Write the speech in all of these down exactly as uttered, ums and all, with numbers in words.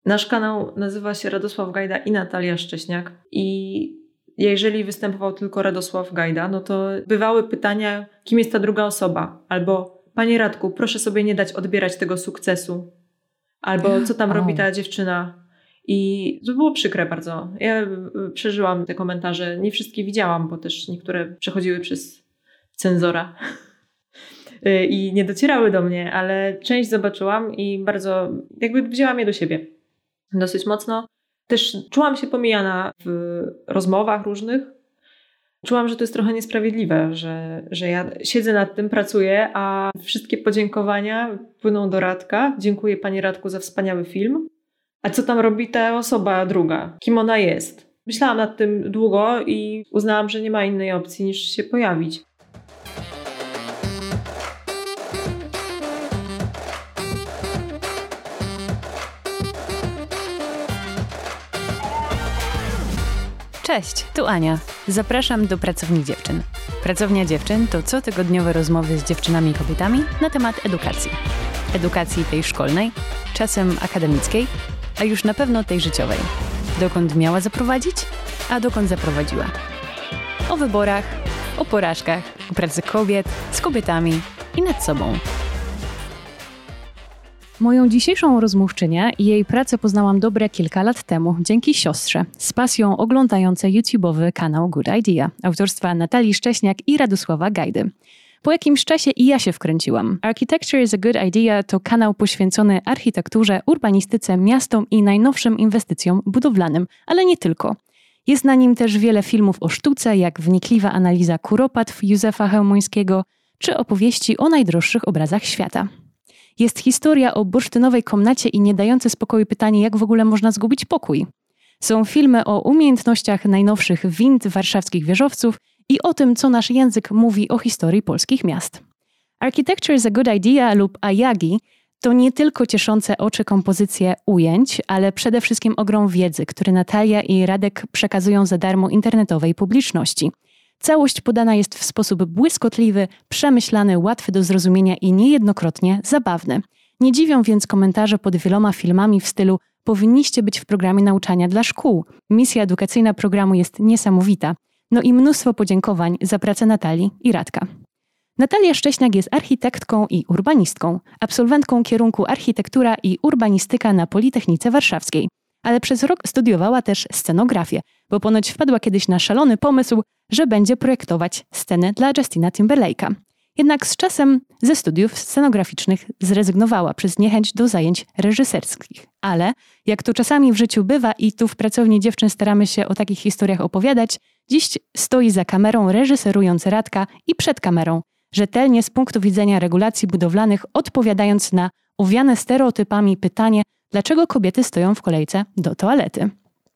Nasz kanał nazywa się Radosław Gajda i Natalia Szcześniak i jeżeli występował tylko Radosław Gajda, no to bywały pytania, kim jest ta druga osoba, albo panie Radku, proszę sobie nie dać odbierać tego sukcesu, albo co tam oh. robi ta dziewczyna. I to było przykre bardzo. Ja przeżyłam te komentarze, nie wszystkie widziałam, bo też niektóre przechodziły przez cenzora i nie docierały do mnie, ale część zobaczyłam i bardzo jakby wzięłam je do siebie dosyć mocno. Też czułam się pomijana w rozmowach różnych. Czułam, że to jest trochę niesprawiedliwe, że, że ja siedzę nad tym, pracuję, a wszystkie podziękowania płyną do Radka. Dziękuję panie Radku za wspaniały film. A co tam robi ta osoba druga? Kim ona jest? Myślałam nad tym długo i uznałam, że nie ma innej opcji niż się pojawić. Cześć, tu Ania. Zapraszam do Pracowni Dziewczyn. Pracownia Dziewczyn to cotygodniowe rozmowy z dziewczynami i kobietami na temat edukacji. Edukacji tej szkolnej, czasem akademickiej, a już na pewno tej życiowej. Dokąd miała zaprowadzić, a dokąd zaprowadziła. O wyborach, o porażkach, o pracy kobiet, z kobietami i nad sobą. Moją dzisiejszą rozmówczynię i jej pracę poznałam dobre kilka lat temu dzięki siostrze, z pasją oglądającej YouTube'owy kanał Good Idea, autorstwa Natalii Szcześniak i Radosława Gajdy. Po jakimś czasie i ja się wkręciłam. Architecture is a Good Idea to kanał poświęcony architekturze, urbanistyce, miastom i najnowszym inwestycjom budowlanym, ale nie tylko. Jest na nim też wiele filmów o sztuce, jak wnikliwa analiza kuropatw Józefa Chełmońskiego, czy opowieści o najdroższych obrazach świata. Jest historia o bursztynowej komnacie i nie dające spokoju pytanie, jak w ogóle można zgubić pokój. Są filmy o umiejętnościach najnowszych wind warszawskich wieżowców i o tym, co nasz język mówi o historii polskich miast. Architecture is a Good Idea lub Ayagi to nie tylko cieszące oczy kompozycje ujęć, ale przede wszystkim ogrom wiedzy, który Natalia i Radek przekazują za darmo internetowej publiczności. Całość podana jest w sposób błyskotliwy, przemyślany, łatwy do zrozumienia i niejednokrotnie zabawny. Nie dziwią więc komentarze pod wieloma filmami w stylu powinniście być w programie nauczania dla szkół. Misja edukacyjna programu jest niesamowita. No i mnóstwo podziękowań za pracę Natalii i Radka. Natalia Szcześniak jest architektką i urbanistką, absolwentką kierunku architektura i urbanistyka na Politechnice Warszawskiej. Ale przez rok studiowała też scenografię, bo ponoć wpadła kiedyś na szalony pomysł, że będzie projektować scenę dla Justina Timberlake'a. Jednak z czasem ze studiów scenograficznych zrezygnowała przez niechęć do zajęć reżyserskich. Ale, jak to czasami w życiu bywa i tu w Pracowni Dziewczyn staramy się o takich historiach opowiadać, dziś stoi za kamerą reżyserując Radka i przed kamerą, rzetelnie z punktu widzenia regulacji budowlanych odpowiadając na owiane stereotypami pytanie, dlaczego kobiety stoją w kolejce do toalety.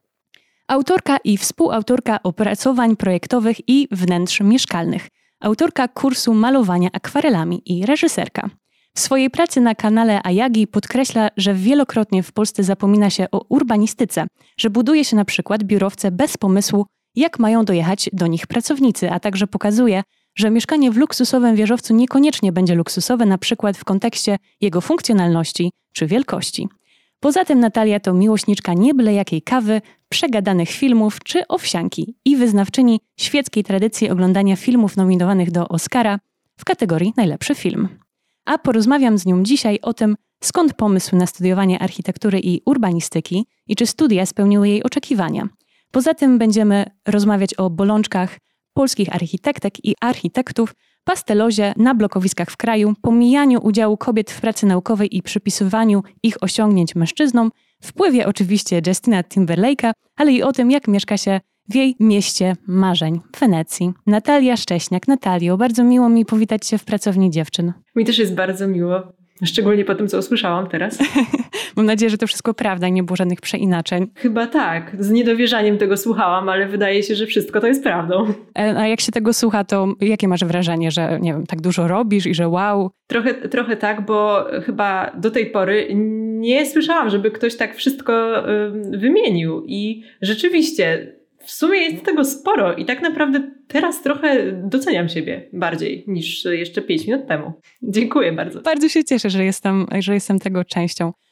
Autorka i współautorka opracowań projektowych i wnętrz mieszkalnych. Autorka kursu malowania akwarelami i reżyserka. W swojej pracy na kanale Ayagi podkreśla, że wielokrotnie w Polsce zapomina się o urbanistyce, że buduje się na przykład biurowce bez pomysłu, jak mają dojechać do nich pracownicy, a także pokazuje, że mieszkanie w luksusowym wieżowcu niekoniecznie będzie luksusowe, na przykład w kontekście jego funkcjonalności czy wielkości. Poza tym Natalia to miłośniczka nie byle jakiej kawy, przegadanych filmów czy owsianki i wyznawczyni świeckiej tradycji oglądania filmów nominowanych do Oscara w kategorii najlepszy film. A porozmawiam z nią dzisiaj o tym, skąd pomysł na studiowanie architektury i urbanistyki i czy studia spełniły jej oczekiwania. Poza tym będziemy rozmawiać o bolączkach polskich architektek i architektów, pastelozie na blokowiskach w kraju, pomijaniu udziału kobiet w pracy naukowej i przypisywaniu ich osiągnięć mężczyznom, wpływie oczywiście Justina Timberlake'a, ale i o tym, jak mieszka się w jej mieście marzeń, Wenecji. Natalia Szcześniak. Natalio, bardzo miło mi powitać Cię w Pracowni Dziewczyn. Mi też jest bardzo miło, szczególnie po tym, co usłyszałam teraz. Mam nadzieję, że to wszystko prawda i nie było żadnych przeinaczeń. Chyba tak. Z niedowierzaniem tego słuchałam, ale wydaje się, że wszystko to jest prawdą. A jak się tego słucha, to jakie masz wrażenie, że nie wiem, tak dużo robisz i że wow? Trochę, trochę tak, bo chyba do tej pory nie słyszałam, żeby ktoś tak wszystko y, wymienił. I rzeczywiście w sumie jest tego sporo i tak naprawdę teraz trochę doceniam siebie bardziej niż jeszcze pięć minut temu. Dziękuję bardzo. Bardzo się cieszę, że jestem, że jestem tego częścią.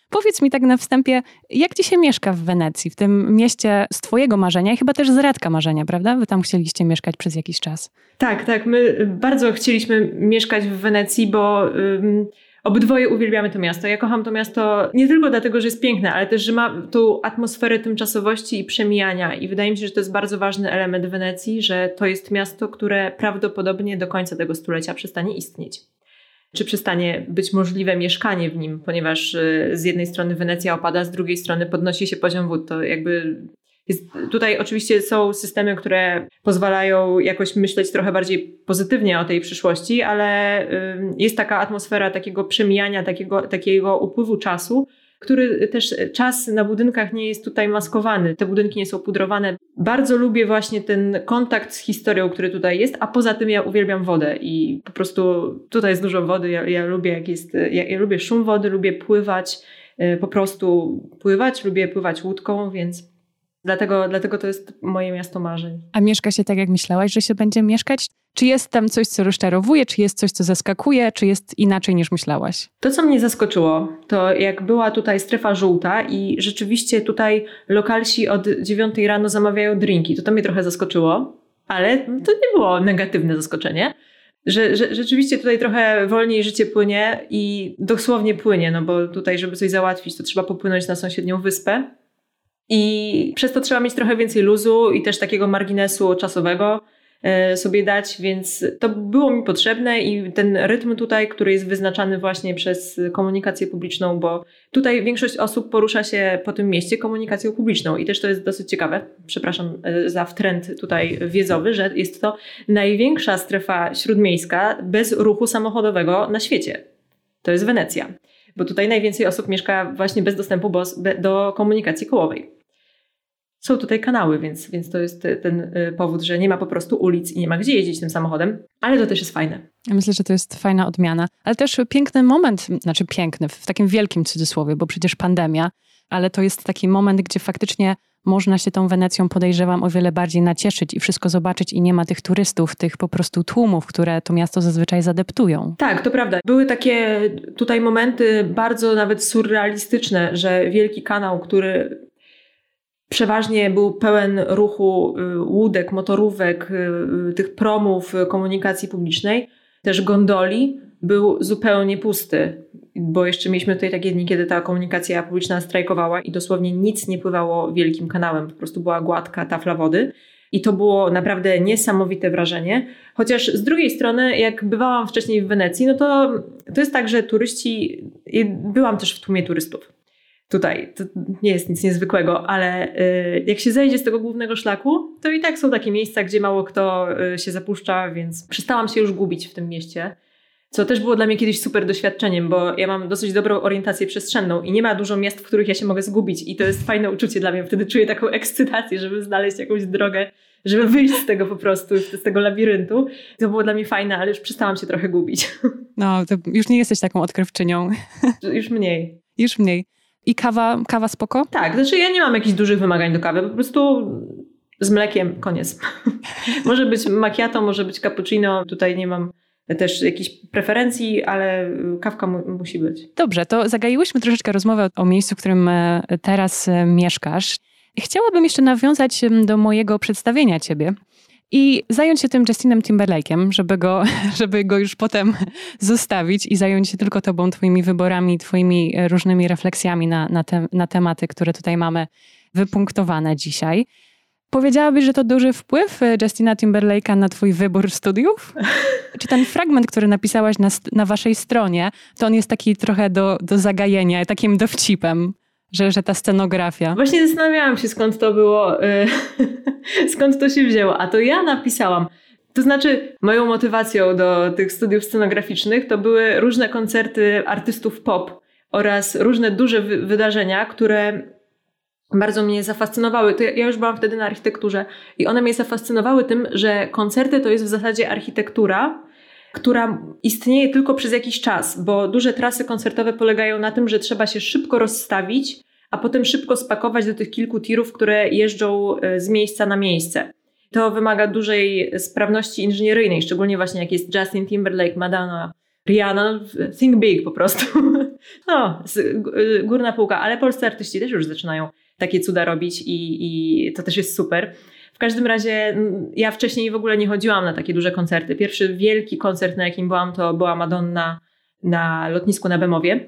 Powiedz mi tak na wstępie, jak ci się mieszka w Wenecji, w tym mieście z twojego marzenia i chyba też z Radka marzenia, prawda? Wy tam chcieliście mieszkać przez jakiś czas. Tak, tak. My bardzo chcieliśmy mieszkać w Wenecji, bo um, obydwoje uwielbiamy to miasto. Ja kocham to miasto nie tylko dlatego, że jest piękne, ale też, że ma tą atmosferę tymczasowości i przemijania. I wydaje mi się, że to jest bardzo ważny element Wenecji, że to jest miasto, które prawdopodobnie do końca tego stulecia przestanie istnieć. Czy przestanie być możliwe mieszkanie w nim, ponieważ z jednej strony Wenecja opada, z drugiej strony podnosi się poziom wód. To jakby jest, tutaj oczywiście są systemy, które pozwalają jakoś myśleć trochę bardziej pozytywnie o tej przyszłości, ale jest taka atmosfera takiego przemijania, takiego, takiego upływu czasu, który też czas na budynkach nie jest tutaj maskowany. Te budynki nie są pudrowane. Bardzo lubię właśnie ten kontakt z historią, który tutaj jest, a poza tym ja uwielbiam wodę i po prostu tutaj jest dużo wody. Ja, ja lubię jak jest, ja, ja lubię szum wody, lubię pływać, po prostu pływać, lubię pływać łódką, więc dlatego, dlatego to jest moje miasto marzeń. A mieszka się tak, jak myślałaś, że się będzie mieszkać? Czy jest tam coś, co rozczarowuje? Czy jest coś, co zaskakuje? Czy jest inaczej niż myślałaś? To, co mnie zaskoczyło, to jak była tutaj strefa żółta i rzeczywiście tutaj lokalsi od dziewiątej rano zamawiają drinki. To to mnie trochę zaskoczyło, ale to nie było negatywne zaskoczenie. Że, że rzeczywiście tutaj trochę wolniej życie płynie i dosłownie płynie, no bo tutaj, żeby coś załatwić, to trzeba popłynąć na sąsiednią wyspę. I przez to trzeba mieć trochę więcej luzu i też takiego marginesu czasowego sobie dać, więc to było mi potrzebne i ten rytm tutaj, który jest wyznaczany właśnie przez komunikację publiczną, bo tutaj większość osób porusza się po tym mieście komunikacją publiczną i też to jest dosyć ciekawe, przepraszam za wtręt tutaj wiedzowy, że jest to największa strefa śródmiejska bez ruchu samochodowego na świecie. To jest Wenecja, bo tutaj najwięcej osób mieszka właśnie bez dostępu do komunikacji kołowej. Są tutaj kanały, więc, więc to jest ten powód, że nie ma po prostu ulic i nie ma gdzie jeździć tym samochodem, ale to też jest fajne. Ja myślę, że to jest fajna odmiana, ale też piękny moment, znaczy piękny, w takim wielkim cudzysłowie, bo przecież pandemia, ale to jest taki moment, gdzie faktycznie można się tą Wenecją, podejrzewam, o wiele bardziej nacieszyć i wszystko zobaczyć i nie ma tych turystów, tych po prostu tłumów, które to miasto zazwyczaj zadeptują. Tak, to prawda. Były takie tutaj momenty bardzo nawet surrealistyczne, że wielki kanał, który przeważnie był pełen ruchu łódek, motorówek, tych promów komunikacji publicznej, też gondoli, był zupełnie pusty, bo jeszcze mieliśmy tutaj takie dni, kiedy ta komunikacja publiczna strajkowała i dosłownie nic nie pływało wielkim kanałem, po prostu była gładka tafla wody i to było naprawdę niesamowite wrażenie. Chociaż z drugiej strony, jak bywałam wcześniej w Wenecji, no to to jest tak, że turyści, byłam też w tłumie turystów. Tutaj to nie jest nic niezwykłego, ale y, jak się zejdzie z tego głównego szlaku, to i tak są takie miejsca, gdzie mało kto y, się zapuszcza, więc przestałam się już gubić w tym mieście, co też było dla mnie kiedyś super doświadczeniem, bo ja mam dosyć dobrą orientację przestrzenną i nie ma dużo miejsc, w których ja się mogę zgubić i to jest fajne uczucie dla mnie. Wtedy czuję taką ekscytację, żeby znaleźć jakąś drogę, żeby wyjść z tego po prostu, z tego labiryntu. To było dla mnie fajne, ale już przestałam się trochę gubić. No, to już nie jesteś taką odkrywczynią. Już mniej. Już mniej. I kawa, kawa spoko? Tak, znaczy ja nie mam jakichś dużych wymagań do kawy, po prostu z mlekiem, koniec. Może być macchiato, może być cappuccino, tutaj nie mam też jakichś preferencji, ale kawka mu- musi być. Dobrze, to zagaiłyśmy troszeczkę rozmowę o miejscu, w którym teraz mieszkasz. Chciałabym jeszcze nawiązać do mojego przedstawienia ciebie i zająć się tym Justinem Timberlake'em, żeby go, żeby go już potem zostawić i zająć się tylko tobą, twoimi wyborami, twoimi różnymi refleksjami na, na, te, na tematy, które tutaj mamy wypunktowane dzisiaj. Powiedziałabyś, że to duży wpływ Justina Timberlake'a na twój wybór studiów? Czy ten fragment, który napisałaś na, na waszej stronie, to on jest taki trochę do, do zagajenia, takim dowcipem? Że, że ta scenografia. Właśnie zastanawiałam się, skąd to było, yy, skąd to się wzięło. A to ja napisałam. To znaczy, moją motywacją do tych studiów scenograficznych to były różne koncerty artystów pop oraz różne duże wy- wydarzenia, które bardzo mnie zafascynowały. To ja, ja już byłam wtedy na architekturze i one mnie zafascynowały tym, że koncerty to jest w zasadzie architektura, która istnieje tylko przez jakiś czas, bo duże trasy koncertowe polegają na tym, że trzeba się szybko rozstawić, a potem szybko spakować do tych kilku tirów, które jeżdżą z miejsca na miejsce. To wymaga dużej sprawności inżynieryjnej, szczególnie właśnie jak jest Justin Timberlake, Madonna, Rihanna, think big po prostu. No, górna półka, ale polscy artyści też już zaczynają takie cuda robić i, i to też jest super. W każdym razie ja wcześniej w ogóle nie chodziłam na takie duże koncerty. Pierwszy wielki koncert, na jakim byłam, to była Madonna na lotnisku na Bemowie.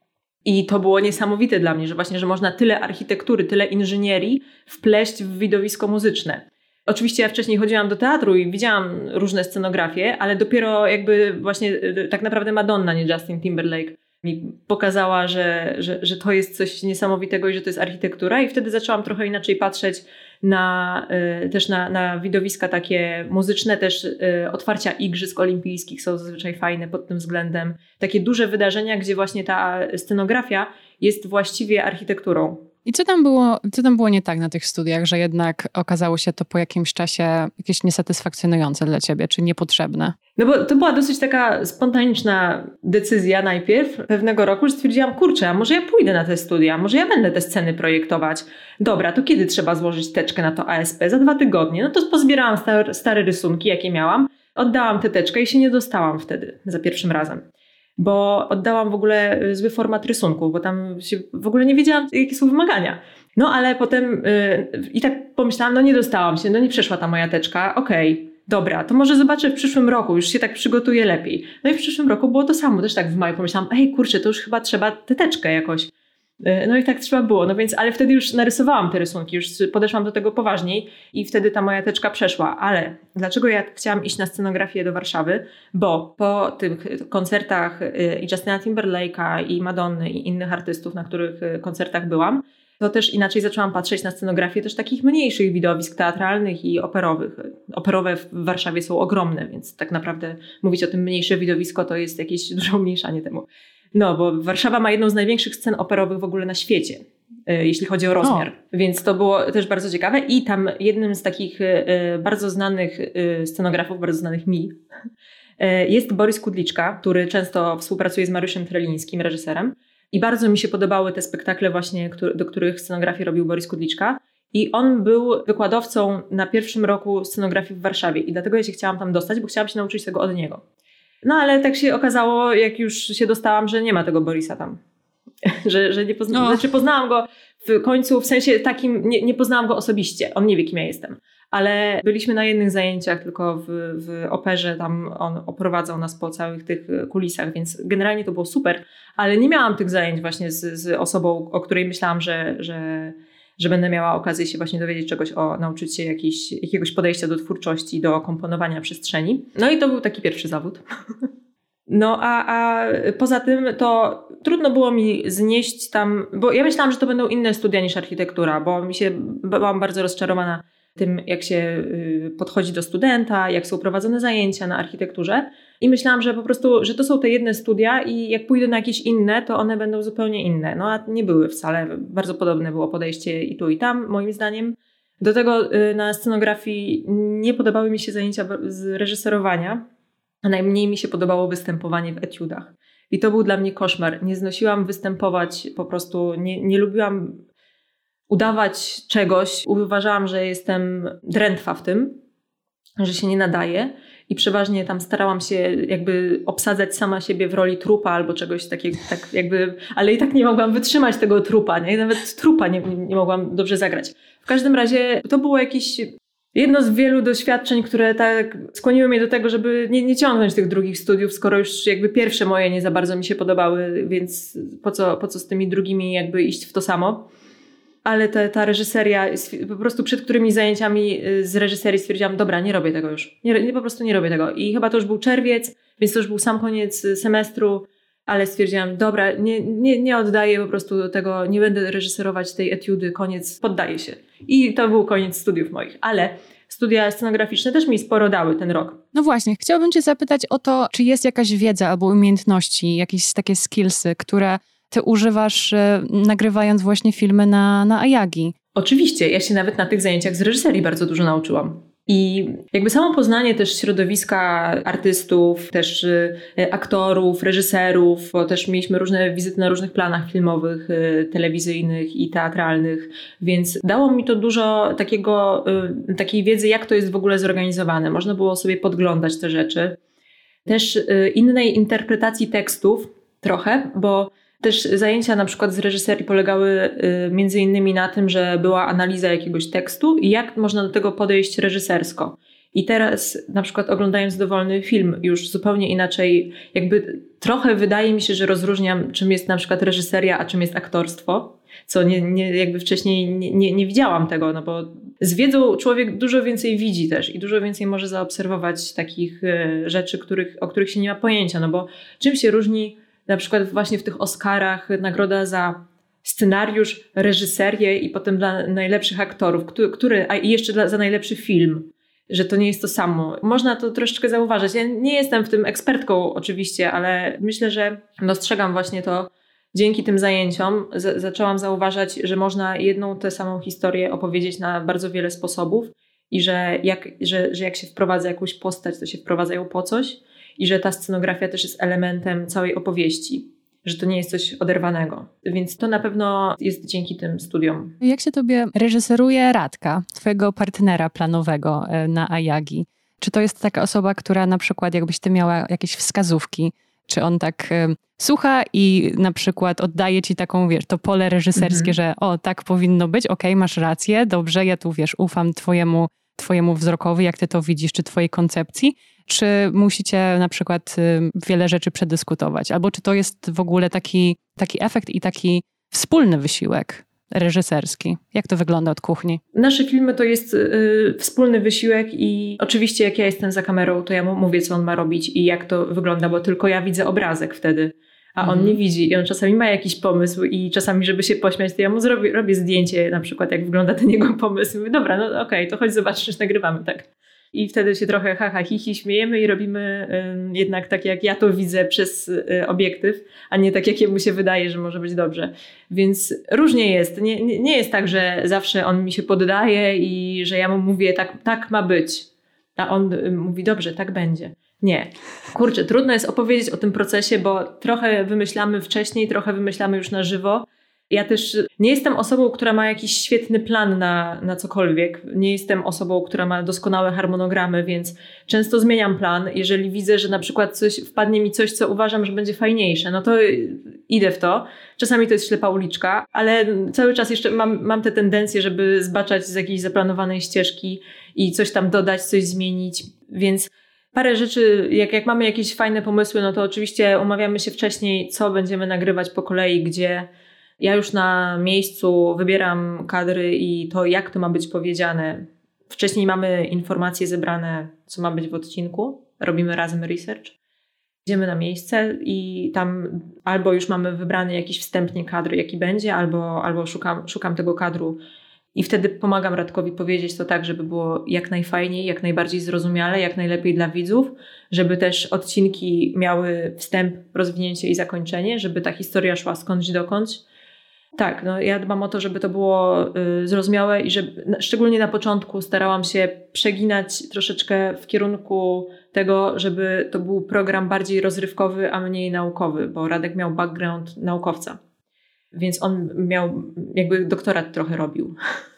I to było niesamowite dla mnie, że właśnie, że można tyle architektury, tyle inżynierii wpleść w widowisko muzyczne. Oczywiście ja wcześniej chodziłam do teatru i widziałam różne scenografie, ale dopiero jakby właśnie tak naprawdę Madonna, nie Justin Timberlake, mi pokazała, że, że, że to jest coś niesamowitego i że to jest architektura i wtedy zaczęłam trochę inaczej patrzeć na, y, też na, na widowiska takie muzyczne, też y, otwarcia igrzysk olimpijskich są zazwyczaj fajne pod tym względem. Takie duże wydarzenia, gdzie właśnie ta scenografia jest właściwie architekturą. I co tam było, co tam było nie tak na tych studiach, że jednak okazało się to po jakimś czasie jakieś niesatysfakcjonujące dla ciebie, czy niepotrzebne? No bo to była dosyć taka spontaniczna decyzja najpierw pewnego roku, że stwierdziłam, kurczę, a może ja pójdę na te studia, może ja będę te sceny projektować. Dobra, to kiedy trzeba złożyć teczkę na to A S P? Za dwa tygodnie. No to pozbierałam stare, stare rysunki, jakie miałam, oddałam tę teczkę i się nie dostałam wtedy za pierwszym razem. Bo oddałam w ogóle zły format rysunków, bo tam się w ogóle nie wiedziałam, jakie są wymagania. No ale potem yy, i tak pomyślałam, no nie dostałam się, no nie przeszła ta moja teczka, okej, okay, dobra, to może zobaczę w przyszłym roku, już się tak przygotuję lepiej. No i w przyszłym roku było to samo, też tak w maju pomyślałam, ej kurczę, to już chyba trzeba tę teczkę jakoś. No i tak trzeba było, no więc, ale wtedy już narysowałam te rysunki, już podeszłam do tego poważniej i wtedy ta moja teczka przeszła. Ale dlaczego ja chciałam iść na scenografię do Warszawy? Bo po tych koncertach i Justina Timberlake'a i Madonny i innych artystów, na których koncertach byłam, to też inaczej zaczęłam patrzeć na scenografię też takich mniejszych widowisk teatralnych i operowych. Operowe w Warszawie są ogromne, więc tak naprawdę mówić o tym mniejsze widowisko to jest jakieś duże umniejszanie temu. No, bo Warszawa ma jedną z największych scen operowych w ogóle na świecie, jeśli chodzi o rozmiar. O. Więc to było też bardzo ciekawe. I tam jednym z takich bardzo znanych scenografów, bardzo znanych mi, jest Borys Kudliczka, który często współpracuje z Mariuszem Trelińskim, reżyserem. I bardzo mi się podobały te spektakle właśnie, do których scenografię robił Borys Kudliczka. I on był wykładowcą na pierwszym roku scenografii w Warszawie. I dlatego ja się chciałam tam dostać, bo chciałam się nauczyć tego od niego. No ale tak się okazało, jak już się dostałam, że nie ma tego Borisa tam. że że nie pozna- znaczy poznałam go w końcu, w sensie takim, nie, nie poznałam go osobiście. On nie wie, kim ja jestem. Ale byliśmy na jednych zajęciach tylko w, w operze, tam on oprowadzał nas po całych tych kulisach, więc generalnie to było super. Ale nie miałam tych zajęć właśnie z, z osobą, o której myślałam, że... że że będę miała okazję się właśnie dowiedzieć czegoś o, nauczyć się jakiś, jakiegoś podejścia do twórczości, do komponowania przestrzeni. No i to był taki pierwszy zawód. No a, a poza tym to trudno było mi znieść tam, bo ja myślałam, że to będą inne studia niż architektura, bo mi się, byłam bardzo rozczarowana tym, jak się podchodzi do studenta, jak są prowadzone zajęcia na architekturze i myślałam, że po prostu, że to są te jedne studia i jak pójdę na jakieś inne, to one będą zupełnie inne. No a nie były wcale. Bardzo podobne było podejście i tu i tam, moim zdaniem. Do tego na scenografii nie podobały mi się zajęcia z reżyserowania, a najmniej mi się podobało występowanie w etiudach. I to był dla mnie koszmar. Nie znosiłam występować, po prostu nie, nie lubiłam udawać czegoś. Uważałam, że jestem drętwa w tym, że się nie nadaje i przeważnie tam starałam się jakby obsadzać sama siebie w roli trupa albo czegoś takiego, tak jakby, ale i tak nie mogłam wytrzymać tego trupa, nie? Nawet trupa nie, nie mogłam dobrze zagrać. W każdym razie to było jakieś jedno z wielu doświadczeń, które tak skłoniły mnie do tego, żeby nie, nie ciągnąć tych drugich studiów, skoro już jakby pierwsze moje nie za bardzo mi się podobały, więc po co, po co z tymi drugimi jakby iść w to samo. Ale te, ta reżyseria, po prostu przed którymi zajęciami z reżyserii stwierdziłam, dobra, nie robię tego już. Nie, nie, po prostu nie robię tego. I chyba to już był czerwiec, więc to już był sam koniec semestru, ale stwierdziłam, dobra, nie, nie, nie oddaję po prostu tego, nie będę reżyserować tej etiudy, koniec, poddaję się. I to był koniec studiów moich. Ale studia scenograficzne też mi sporo dały ten rok. No właśnie, chciałabym cię zapytać o to, czy jest jakaś wiedza albo umiejętności, jakieś takie skillsy, które ty używasz e, nagrywając właśnie filmy na, na Ayagi. Oczywiście, ja się nawet na tych zajęciach z reżyserii bardzo dużo nauczyłam. I jakby samo poznanie też środowiska artystów, też y, aktorów, reżyserów, bo też mieliśmy różne wizyty na różnych planach filmowych, y, telewizyjnych i teatralnych, więc dało mi to dużo takiego, y, takiej wiedzy, jak to jest w ogóle zorganizowane. Można było sobie podglądać te rzeczy. Też y, innej interpretacji tekstów trochę, bo Też zajęcia na przykład z reżyserii polegały między innymi na tym, że była analiza jakiegoś tekstu i jak można do tego podejść reżysersko. I teraz na przykład oglądając dowolny film już zupełnie inaczej, jakby trochę wydaje mi się, że rozróżniam, czym jest na przykład reżyseria, a czym jest aktorstwo, co nie, nie, jakby wcześniej nie, nie, nie widziałam tego, no bo z wiedzą człowiek dużo więcej widzi też i dużo więcej może zaobserwować takich rzeczy, których, o których się nie ma pojęcia, no bo czym się różni na przykład właśnie w tych Oscarach nagroda za scenariusz, reżyserię i potem dla najlepszych aktorów, który, który a i jeszcze dla, za najlepszy film, że to nie jest to samo. Można to troszeczkę zauważyć. Ja nie jestem w tym ekspertką oczywiście, ale myślę, że dostrzegam właśnie to dzięki tym zajęciom. Z- zaczęłam zauważać, że można jedną tę samą historię opowiedzieć na bardzo wiele sposobów i że jak, że, że jak się wprowadza jakąś postać, to się wprowadza ją po coś i że ta scenografia też jest elementem całej opowieści, że to nie jest coś oderwanego. Więc to na pewno jest dzięki tym studiom. Jak się tobie reżyseruje Radka, twojego partnera planowego na Ayagi? Czy to jest taka osoba, która na przykład jakbyś ty miała jakieś wskazówki, czy on tak y, słucha i na przykład oddaje ci taką, wiesz, to pole reżyserskie, mhm. że o, tak powinno być, okej, okay, masz rację, dobrze, ja tu, wiesz, ufam twojemu, twojemu wzrokowi, jak ty to widzisz, czy twojej koncepcji, czy musicie na przykład y, wiele rzeczy przedyskutować, albo czy to jest w ogóle taki, taki efekt i taki wspólny wysiłek reżyserski? Jak to wygląda od kuchni? Nasze filmy to jest y, wspólny wysiłek i oczywiście jak ja jestem za kamerą, to ja mu mówię, co on ma robić i jak to wygląda, bo tylko ja widzę obrazek wtedy, a on mhm. nie widzi i on czasami ma jakiś pomysł i czasami, żeby się pośmiać, to ja mu zrobię, robię zdjęcie na przykład, jak wygląda ten jego pomysł. Mówię, dobra, no okej, okay, to chodź zobaczysz, nagrywamy, tak. I wtedy się trochę haha, hihi śmiejemy i robimy y, jednak tak, jak ja to widzę przez y, obiektyw, a nie tak, jak jemu się wydaje, że może być dobrze. Więc różnie jest. Nie, nie, nie jest tak, że zawsze on mi się poddaje i że ja mu mówię, tak, tak ma być. A on y, mówi, dobrze, tak będzie. Nie. Kurczę, trudno jest opowiedzieć o tym procesie, bo trochę wymyślamy wcześniej, trochę wymyślamy już na żywo. Ja też nie jestem osobą, która ma jakiś świetny plan na, na cokolwiek. Nie jestem osobą, która ma doskonałe harmonogramy, więc często zmieniam plan. Jeżeli widzę, że na przykład coś, wpadnie mi coś, co uważam, że będzie fajniejsze, no to idę w to. Czasami to jest ślepa uliczka, ale cały czas jeszcze mam, mam tę tendencję, żeby zbaczać z jakiejś zaplanowanej ścieżki i coś tam dodać, coś zmienić. Więc parę rzeczy, jak, jak mamy jakieś fajne pomysły, no to oczywiście umawiamy się wcześniej, co będziemy nagrywać po kolei, gdzie. Ja już na miejscu wybieram kadry i to, jak to ma być powiedziane. Wcześniej mamy informacje zebrane, co ma być w odcinku. Robimy razem research. Idziemy na miejsce i tam albo już mamy wybrany jakiś wstępnie kadr, jaki będzie, albo, albo szukam, szukam tego kadru i wtedy pomagam Radkowi powiedzieć to tak, żeby było jak najfajniej, jak najbardziej zrozumiale, jak najlepiej dla widzów, żeby też odcinki miały wstęp, rozwinięcie i zakończenie, żeby ta historia szła skądś dokądś. Tak, no ja dbam o to, żeby to było y, zrozumiałe i żeby szczególnie na początku starałam się przeginać troszeczkę w kierunku tego, żeby to był program bardziej rozrywkowy, a mniej naukowy, bo Radek miał background naukowca, więc on miał jakby doktorat trochę robił.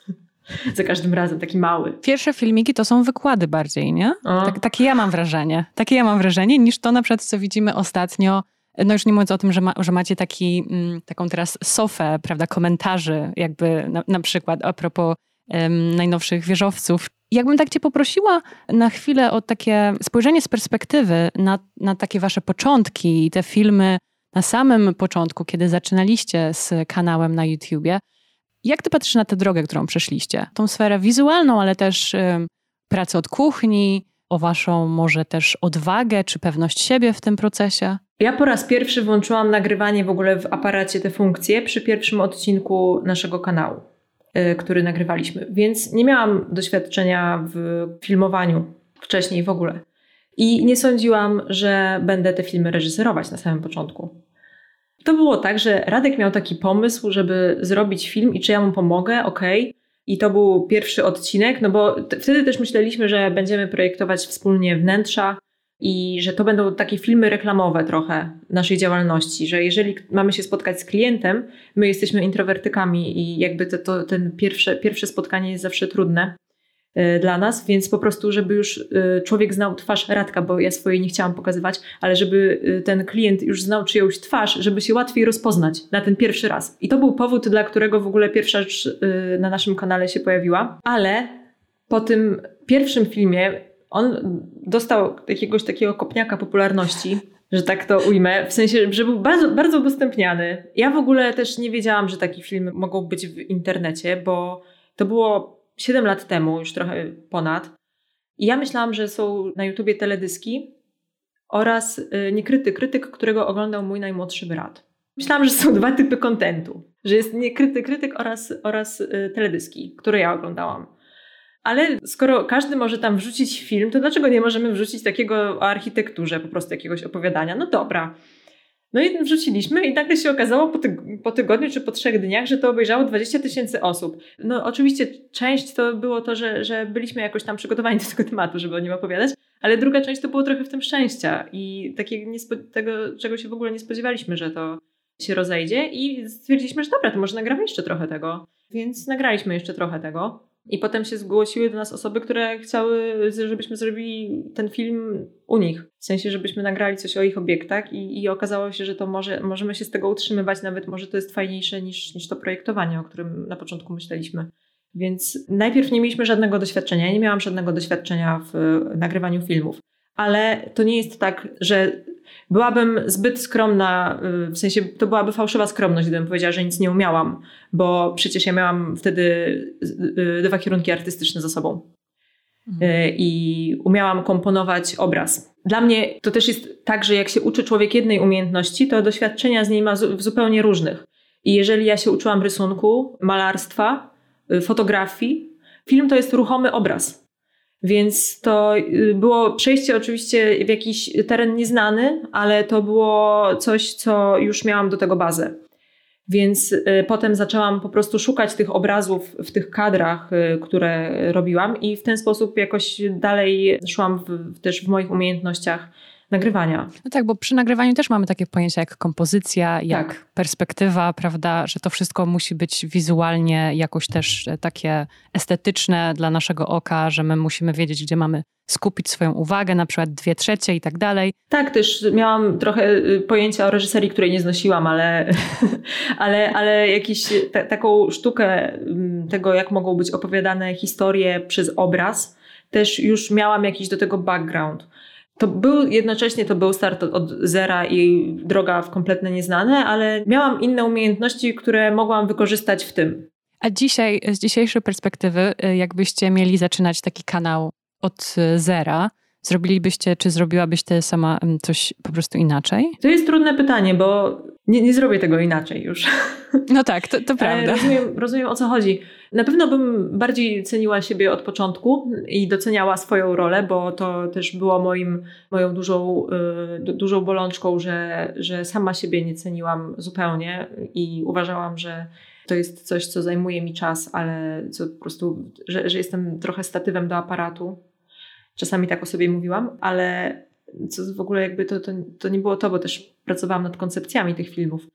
Za każdym razem, taki mały. Pierwsze filmiki to są wykłady bardziej, nie? Tak, takie ja mam wrażenie. Takie ja mam wrażenie, niż to na przykład, co widzimy ostatnio. No już nie mówiąc o tym, że, ma, że macie taki, m, taką teraz sofę, prawda, komentarzy, jakby na, na przykład a propos um, najnowszych wieżowców. Jakbym tak cię poprosiła na chwilę o takie spojrzenie z perspektywy na, na takie wasze początki i te filmy na samym początku, kiedy zaczynaliście z kanałem na YouTubie. Jak ty patrzysz na tę drogę, którą przeszliście? Tą sferę wizualną, ale też um, pracę od kuchni, o waszą może też odwagę czy pewność siebie w tym procesie? Ja po raz pierwszy włączyłam nagrywanie w ogóle w aparacie, te funkcje przy pierwszym odcinku naszego kanału, yy, który nagrywaliśmy. Więc nie miałam doświadczenia w filmowaniu wcześniej w ogóle. I nie sądziłam, że będę te filmy reżyserować na samym początku. To było tak, że Radek miał taki pomysł, żeby zrobić film i czy ja mu pomogę, okej. Okay. I to był pierwszy odcinek, no bo t- wtedy też myśleliśmy, że będziemy projektować wspólnie wnętrza i że to będą takie filmy reklamowe trochę naszej działalności, że jeżeli mamy się spotkać z klientem, my jesteśmy introwertykami i jakby to, to ten pierwsze, pierwsze spotkanie jest zawsze trudne, dla nas, więc po prostu, żeby już człowiek znał twarz Radka, bo ja swojej nie chciałam pokazywać, ale żeby ten klient już znał czyjąś twarz, żeby się łatwiej rozpoznać na ten pierwszy raz. I to był powód, dla którego w ogóle pierwsza rzecz na naszym kanale się pojawiła, ale po tym pierwszym filmie on dostał jakiegoś takiego kopniaka popularności, że tak to ujmę, w sensie, że był bardzo, bardzo udostępniany. Ja w ogóle też nie wiedziałam, że taki film mogą być w internecie, bo to było siedem lat temu, już trochę ponad. I ja myślałam, że są na YouTubie teledyski oraz yy, niekryty krytyk, którego oglądał mój najmłodszy brat. Myślałam, że są dwa typy kontentu. Że jest niekryty krytyk oraz, oraz yy, teledyski, które ja oglądałam. Ale skoro każdy może tam wrzucić film, to dlaczego nie możemy wrzucić takiego o architekturze, po prostu jakiegoś opowiadania? No dobra. No i wrzuciliśmy i nagle się okazało po, tyg- po tygodniu czy po trzech dniach, że to obejrzało dwadzieścia tysięcy osób. No oczywiście część to było to, że, że byliśmy jakoś tam przygotowani do tego tematu, żeby o nim opowiadać, ale druga część to było trochę w tym szczęścia i takiego niespo- tego, czego się w ogóle nie spodziewaliśmy, że to się rozejdzie i stwierdziliśmy, że dobra, to może nagramy jeszcze trochę tego. Więc nagraliśmy jeszcze trochę tego. I potem się zgłosiły do nas osoby, które chciały, żebyśmy zrobili ten film u nich. W sensie, żebyśmy nagrali coś o ich obiektach i, i okazało się, że to może, możemy się z tego utrzymywać, nawet może to jest fajniejsze niż, niż to projektowanie, o którym na początku myśleliśmy. Więc najpierw nie mieliśmy żadnego doświadczenia. Ja nie miałam żadnego doświadczenia w nagrywaniu filmów. Ale to nie jest tak, że byłabym zbyt skromna, w sensie to byłaby fałszywa skromność, gdybym powiedziała, że nic nie umiałam, bo przecież ja miałam wtedy dwa kierunki artystyczne za sobą mhm. i umiałam komponować obraz. Dla mnie to też jest tak, że jak się uczy człowiek jednej umiejętności, to doświadczenia z niej ma w zupełnie różnych. I jeżeli ja się uczyłam rysunku, malarstwa, fotografii, film to jest ruchomy obraz. Więc to było przejście oczywiście w jakiś teren nieznany, ale to było coś, co już miałam do tego bazę. Więc y, potem zaczęłam po prostu szukać tych obrazów w tych kadrach, y, które robiłam i w ten sposób jakoś dalej szłam w, też w moich umiejętnościach nagrywania. No tak, bo przy nagrywaniu też mamy takie pojęcia jak kompozycja, jak tak. perspektywa, prawda, że to wszystko musi być wizualnie jakoś też takie estetyczne dla naszego oka, że my musimy wiedzieć, gdzie mamy skupić swoją uwagę, na przykład dwie trzecie i tak dalej. Tak, też miałam trochę pojęcia o reżyserii, której nie znosiłam, ale, ale, ale jakąś ta, taką sztukę tego, jak mogą być opowiadane historie przez obraz, też już miałam jakiś do tego background. To był jednocześnie to był start od, od zera i droga w kompletne nieznane, ale miałam inne umiejętności, które mogłam wykorzystać w tym. A dzisiaj, z dzisiejszej perspektywy, jakbyście mieli zaczynać taki kanał od zera, zrobilibyście, czy zrobiłabyś ty sama coś po prostu inaczej? To jest trudne pytanie, bo nie, nie zrobię tego inaczej już. No tak, to, to prawda. Rozumiem, rozumiem, o co chodzi. Na pewno bym bardziej ceniła siebie od początku i doceniała swoją rolę, bo to też było moim, moją dużą, yy, dużą bolączką, że, że sama siebie nie ceniłam zupełnie i uważałam, że to jest coś, co zajmuje mi czas, ale co po prostu, że, że jestem trochę statywem do aparatu. Czasami tak o sobie mówiłam, ale co w ogóle jakby to, to, to nie było to, bo też pracowałam nad koncepcjami tych filmów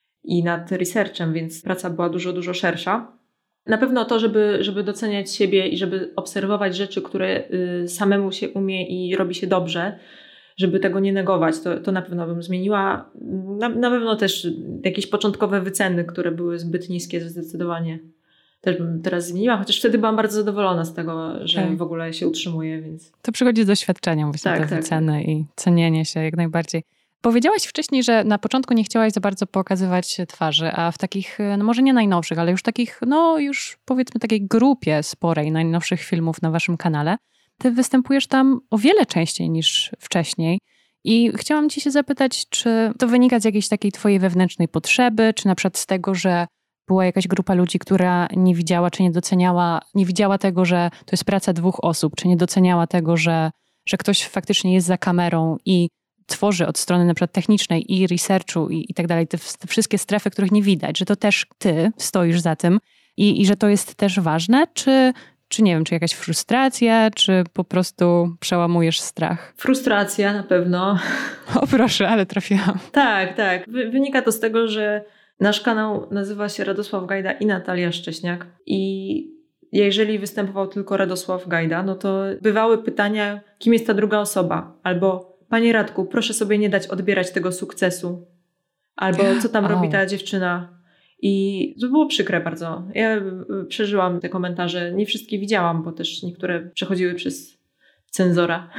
i nad researchem, więc praca była dużo, dużo szersza. Na pewno to, żeby, żeby doceniać siebie i żeby obserwować rzeczy, które y, samemu się umie i robi się dobrze, żeby tego nie negować, to, to na pewno bym zmieniła. Na, na pewno też jakieś początkowe wyceny, które były zbyt niskie, zdecydowanie też bym teraz zmieniła, chociaż wtedy byłam bardzo zadowolona z tego, że tak. w ogóle się utrzymuje. Więc... To przychodzi z doświadczeniem właśnie tak, te tak. wyceny i cenienie się jak najbardziej. Powiedziałaś wcześniej, że na początku nie chciałaś za bardzo pokazywać twarzy, a w takich, no może nie najnowszych, ale już takich, no już powiedzmy takiej grupie sporej najnowszych filmów na waszym kanale, ty występujesz tam o wiele częściej niż wcześniej. I chciałam ci się zapytać, czy to wynika z jakiejś takiej twojej wewnętrznej potrzeby, czy na przykład z tego, że była jakaś grupa ludzi, która nie widziała, czy nie doceniała, nie widziała tego, że to jest praca dwóch osób, czy nie doceniała tego, że, że ktoś faktycznie jest za kamerą i tworzy od strony na przykład technicznej i researchu i, i tak dalej, te, te wszystkie strefy, których nie widać, że to też ty stoisz za tym i, i że to jest też ważne, czy, czy nie wiem, czy jakaś frustracja, czy po prostu przełamujesz strach? Frustracja na pewno. O proszę, ale trafiłam. Tak, tak. Wy, wynika to z tego, że nasz kanał nazywa się Radosław Gajda i Natalia Szcześniak i jeżeli występował tylko Radosław Gajda, no to bywały pytania, kim jest ta druga osoba? Albo, panie Radku, proszę sobie nie dać odbierać tego sukcesu. Albo, co tam oh. robi ta dziewczyna? I to było przykre bardzo. Ja przeżyłam te komentarze. Nie wszystkie widziałam, bo też niektóre przechodziły przez cenzora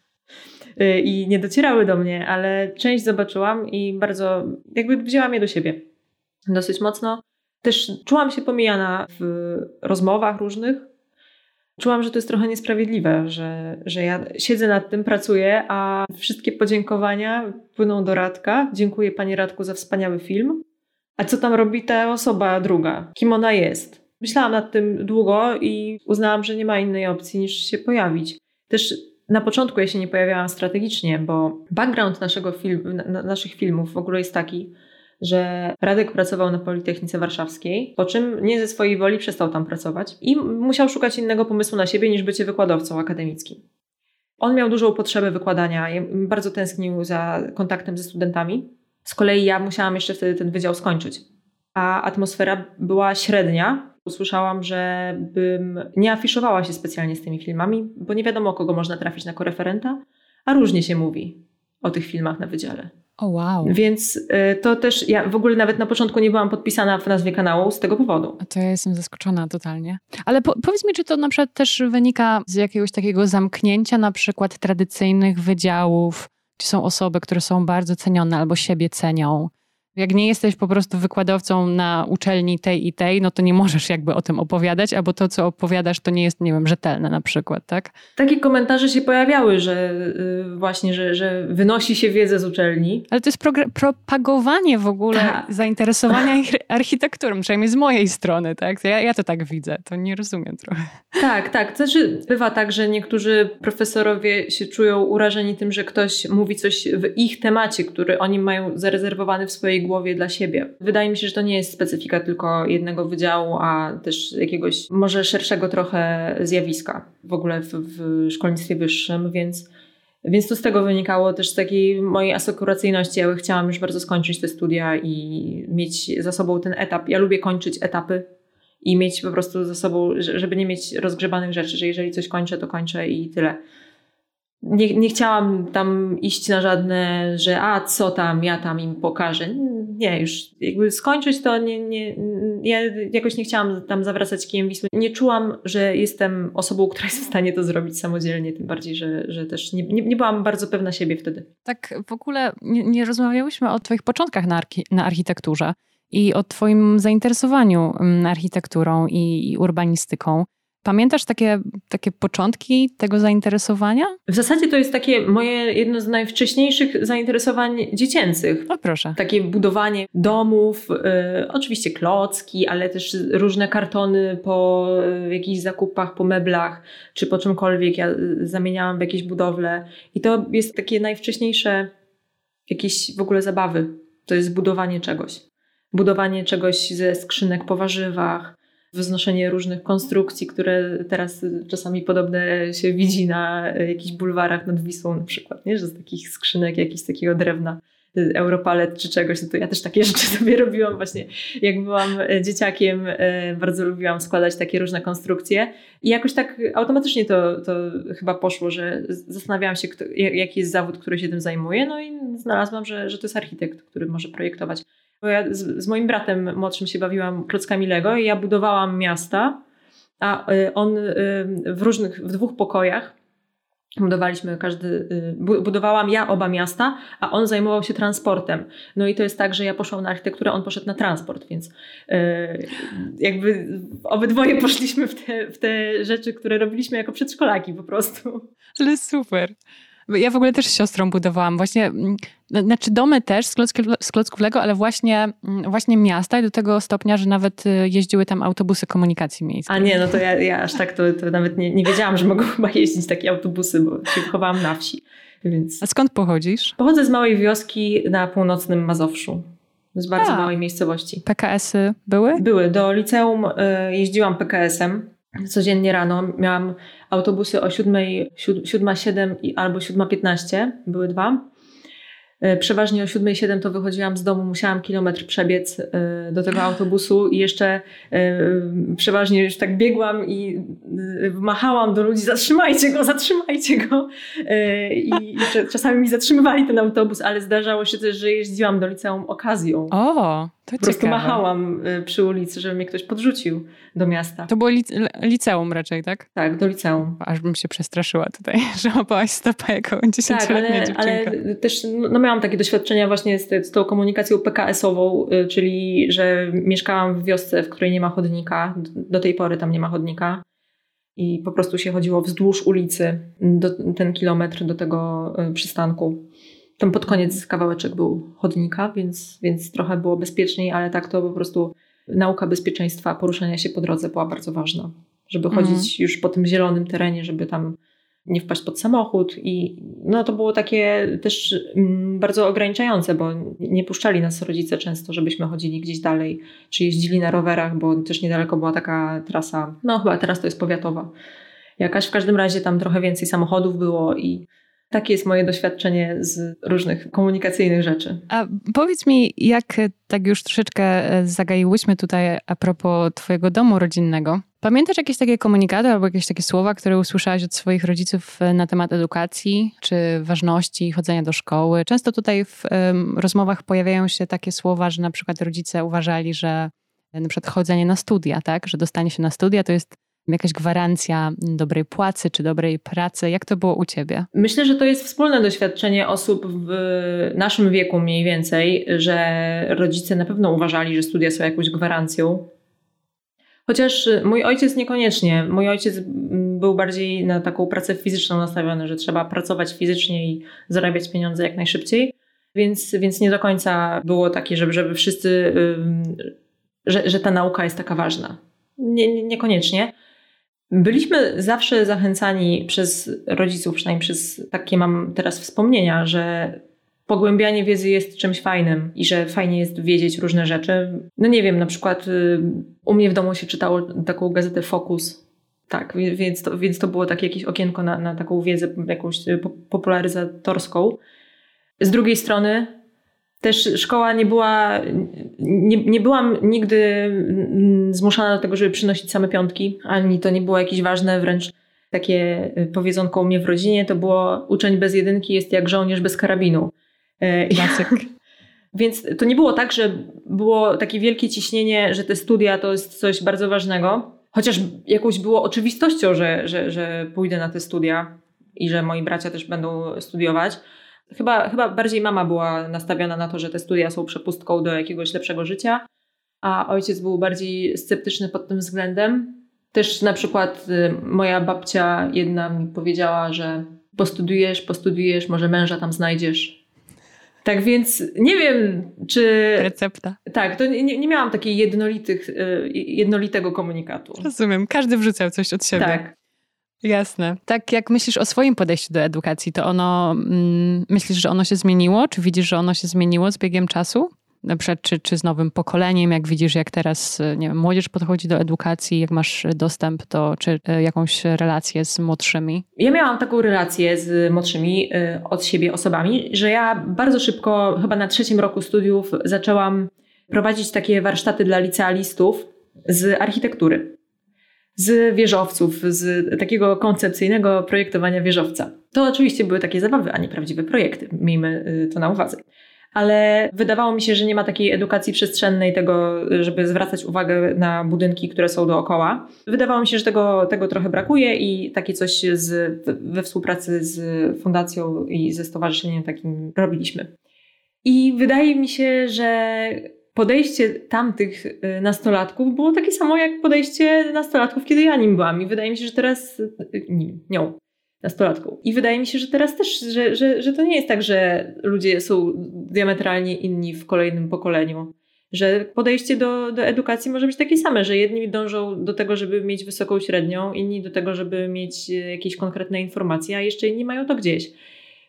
i nie docierały do mnie, ale część zobaczyłam i bardzo jakby wzięłam je do siebie dosyć mocno. Też czułam się pomijana w rozmowach różnych. Czułam, że to jest trochę niesprawiedliwe, że, że ja siedzę nad tym, pracuję, a wszystkie podziękowania płyną do Radka. Dziękuję panie Radku za wspaniały film. A co tam robi ta osoba druga? Kim ona jest? Myślałam nad tym długo i uznałam, że nie ma innej opcji niż się pojawić. Też na początku ja się nie pojawiałam strategicznie, bo background naszego film, na, naszych filmów w ogóle jest taki, że Radek pracował na Politechnice Warszawskiej, po czym nie ze swojej woli przestał tam pracować i musiał szukać innego pomysłu na siebie niż bycie wykładowcą akademickim. On miał dużą potrzebę wykładania, bardzo tęsknił za kontaktem ze studentami. Z kolei ja musiałam jeszcze wtedy ten wydział skończyć, a atmosfera była średnia. Usłyszałam, że bym nie afiszowała się specjalnie z tymi filmami, bo nie wiadomo, kogo można trafić na koreferenta, a różnie się mówi o tych filmach na wydziale. O oh, wow. Więc y, to też, ja w ogóle nawet na początku nie byłam podpisana w nazwie kanału z tego powodu. To ja jestem zaskoczona totalnie. Ale po, powiedz mi, czy to na przykład też wynika z jakiegoś takiego zamknięcia na przykład tradycyjnych wydziałów, gdzie są osoby, które są bardzo cenione albo siebie cenią. Jak nie jesteś po prostu wykładowcą na uczelni tej i tej, no to nie możesz jakby o tym opowiadać, albo to, co opowiadasz, to nie jest, nie wiem, rzetelne na przykład, tak? Takie komentarze się pojawiały, że yy, właśnie, że, że wynosi się wiedzę z uczelni. Ale to jest progr- propagowanie w ogóle Ta. zainteresowania architekturą, przynajmniej z mojej strony, tak? Ja, ja to tak widzę, to nie rozumiem trochę. Tak, tak. To znaczy, bywa tak, że niektórzy profesorowie się czują urażeni tym, że ktoś mówi coś w ich temacie, który oni mają zarezerwowany w swojej głowie dla siebie. Wydaje mi się, że to nie jest specyfika tylko jednego wydziału, a też jakiegoś może szerszego trochę zjawiska w ogóle w, w szkolnictwie wyższym, więc, więc to z tego wynikało też z takiej mojej asekuracyjności. Ja chciałam już bardzo skończyć te studia i mieć za sobą ten etap. Ja lubię kończyć etapy i mieć po prostu za sobą, żeby nie mieć rozgrzebanych rzeczy, że jeżeli coś kończę, to kończę i tyle. Nie, nie chciałam tam iść na żadne, że a co tam, ja tam im pokażę. Nie, już jakby skończyć to nie, nie, ja jakoś nie chciałam tam zawracać kijem Wisły. Nie czułam, że jestem osobą, która jest w stanie to zrobić samodzielnie, tym bardziej, że, że też nie, nie, nie byłam bardzo pewna siebie wtedy. Tak w ogóle nie, nie rozmawiałyśmy o twoich początkach na, archi- na architekturze i o twoim zainteresowaniu architekturą i, i urbanistyką. Pamiętasz takie, takie początki tego zainteresowania? W zasadzie to jest takie moje jedno z najwcześniejszych zainteresowań dziecięcych. O proszę. Takie budowanie domów, y, oczywiście klocki, ale też różne kartony po y, jakichś zakupach, po meblach, czy po czymkolwiek. Ja zamieniałam w jakieś budowle. I to jest takie najwcześniejsze jakieś w ogóle zabawy. To jest budowanie czegoś. Budowanie czegoś ze skrzynek po warzywach. Wznoszenie różnych konstrukcji, które teraz czasami podobne się widzi na jakichś bulwarach nad Wisłą na przykład, nie? Że z takich skrzynek, jakiś takiego drewna, Europalet czy czegoś, no to ja też takie rzeczy sobie robiłam właśnie. Jak byłam dzieciakiem, bardzo lubiłam składać takie różne konstrukcje i jakoś tak automatycznie to, to chyba poszło, że zastanawiałam się, kto, jaki jest zawód, który się tym zajmuje, no i znalazłam, że, że to jest architekt, który może projektować. Bo ja z, z moim bratem młodszym się bawiłam klockami Lego i ja budowałam miasta, a on w różnych, w dwóch pokojach budowaliśmy każdy, budowałam ja oba miasta, a on zajmował się transportem. No i to jest tak, że ja poszłam na architekturę, on poszedł na transport, więc jakby obydwoje poszliśmy w te, w te rzeczy, które robiliśmy jako przedszkolaki po prostu. Ale super. Ja w ogóle też z siostrą budowałam właśnie, znaczy domy też z klocków, z klocków Lego, ale właśnie, właśnie miasta i do tego stopnia, że nawet jeździły tam autobusy komunikacji miejskiej. A nie, no to ja, ja aż tak to, to nawet nie, nie wiedziałam, że mogą chyba jeździć takie autobusy, bo się wychowałam na wsi. Więc... A skąd pochodzisz? Pochodzę z małej wioski na północnym Mazowszu. Z bardzo A, małej miejscowości. P K esy były? Były. Do liceum y, jeździłam P K esem. Codziennie rano miałam autobusy o siódma siedem albo siódma piętnaście, były dwa. Przeważnie o siódma siedem to wychodziłam z domu, musiałam kilometr przebiec do tego autobusu i jeszcze przeważnie już tak biegłam i machałam do ludzi, zatrzymajcie go, zatrzymajcie go. I czasami mi zatrzymywali ten autobus, ale zdarzało się też, że jeździłam do liceum okazją. O, to po prostu ciekawe. machałam przy ulicy, żeby mnie ktoś podrzucił do miasta. To było lic- liceum raczej, tak? Tak, do liceum. Aż bym się przestraszyła tutaj, że łapałaś stopa jako dziesięcioletnia tak, dziewczynka. ale też no, miałam takie doświadczenia właśnie z, z tą komunikacją P K S-ową, czyli że mieszkałam w wiosce, w której nie ma chodnika. Do tej pory tam nie ma chodnika. I po prostu się chodziło wzdłuż ulicy do, ten kilometr do tego przystanku. Tam pod koniec kawałeczek był chodnika, więc, więc trochę było bezpieczniej, ale tak to po prostu nauka bezpieczeństwa, poruszania się po drodze była bardzo ważna. Żeby chodzić mhm. już po tym zielonym terenie, żeby tam nie wpaść pod samochód. I no to było takie też mm, bardzo ograniczające, bo nie puszczali nas rodzice często, żebyśmy chodzili gdzieś dalej, czy jeździli na rowerach, bo też niedaleko była taka trasa, no chyba teraz to jest powiatowa. Jakaś w każdym razie tam trochę więcej samochodów było i takie jest moje doświadczenie z różnych komunikacyjnych rzeczy. A powiedz mi, jak tak już troszeczkę zagaiłyśmy tutaj a propos twojego domu rodzinnego. Pamiętasz jakieś takie komunikaty albo jakieś takie słowa, które usłyszałaś od swoich rodziców na temat edukacji czy ważności chodzenia do szkoły? Często tutaj w um, rozmowach pojawiają się takie słowa, że na przykład rodzice uważali, że na przykład chodzenie na studia, tak, że dostanie się na studia to jest jakaś gwarancja dobrej płacy czy dobrej pracy. Jak to było u ciebie? Myślę, że to jest wspólne doświadczenie osób w naszym wieku mniej więcej, że rodzice na pewno uważali, że studia są jakąś gwarancją. Chociaż mój ojciec niekoniecznie. Mój ojciec był bardziej na taką pracę fizyczną nastawiony, że trzeba pracować fizycznie i zarabiać pieniądze jak najszybciej. Więc, więc nie do końca było takie, żeby, żeby wszyscy, że, że ta nauka jest taka ważna. Nie, nie, niekoniecznie. Byliśmy zawsze zachęcani przez rodziców, przynajmniej przez takie mam teraz wspomnienia, że pogłębianie wiedzy jest czymś fajnym i że fajnie jest wiedzieć różne rzeczy. No nie wiem, na przykład u mnie w domu się czytało taką gazetę Focus. Tak, więc to, więc to było takie jakieś okienko na, na taką wiedzę jakąś popularyzatorską. Z drugiej strony też szkoła nie była, nie, nie byłam nigdy zmuszana do tego, żeby przynosić same piątki, ani to nie było jakieś ważne, wręcz takie powiedzonko u mnie w rodzinie, to było uczeń bez jedynki jest jak żołnierz bez karabinu. Jacek. Więc to nie było tak, że było takie wielkie ciśnienie, że te studia to jest coś bardzo ważnego, chociaż jakąś było oczywistością, że, że, że pójdę na te studia i że moi bracia też będą studiować. Chyba, chyba bardziej mama była nastawiona na to, że te studia są przepustką do jakiegoś lepszego życia, a ojciec był bardziej sceptyczny pod tym względem. Też na przykład moja babcia jedna mi powiedziała, że postudiujesz, postudiujesz, może męża tam znajdziesz. Tak więc nie wiem, czy... Recepta. Tak, to nie, nie miałam takiej jednolitych, jednolitego komunikatu. Rozumiem, każdy wrzucał coś od siebie. Tak. Jasne. Tak jak myślisz o swoim podejściu do edukacji, to ono, mm, myślisz, że ono się zmieniło? Czy widzisz, że ono się zmieniło z biegiem czasu? Na przykład czy, czy z nowym pokoleniem, jak widzisz, jak teraz nie wiem, młodzież podchodzi do edukacji, jak masz dostęp do, czy jakąś relację z młodszymi? Ja miałam taką relację z młodszymi y, od siebie osobami, że ja bardzo szybko, chyba na trzecim roku studiów zaczęłam prowadzić takie warsztaty dla licealistów z architektury. Z wieżowców, z takiego koncepcyjnego projektowania wieżowca. To oczywiście były takie zabawy, a nie prawdziwe projekty. Miejmy to na uwadze. Ale wydawało mi się, że nie ma takiej edukacji przestrzennej tego, żeby zwracać uwagę na budynki, które są dookoła. Wydawało mi się, że tego, tego trochę brakuje i takie coś z, we współpracy z fundacją i ze stowarzyszeniem takim robiliśmy. I wydaje mi się, że podejście tamtych nastolatków było takie samo jak podejście nastolatków, kiedy ja nim byłam. I wydaje mi się, że teraz... Nim, nią, nastolatką. I wydaje mi się, że teraz też, że, że, że to nie jest tak, że ludzie są diametralnie inni w kolejnym pokoleniu. Że podejście do, do edukacji może być takie same, że jedni dążą do tego, żeby mieć wysoką średnią, inni do tego, żeby mieć jakieś konkretne informacje, a jeszcze inni mają to gdzieś.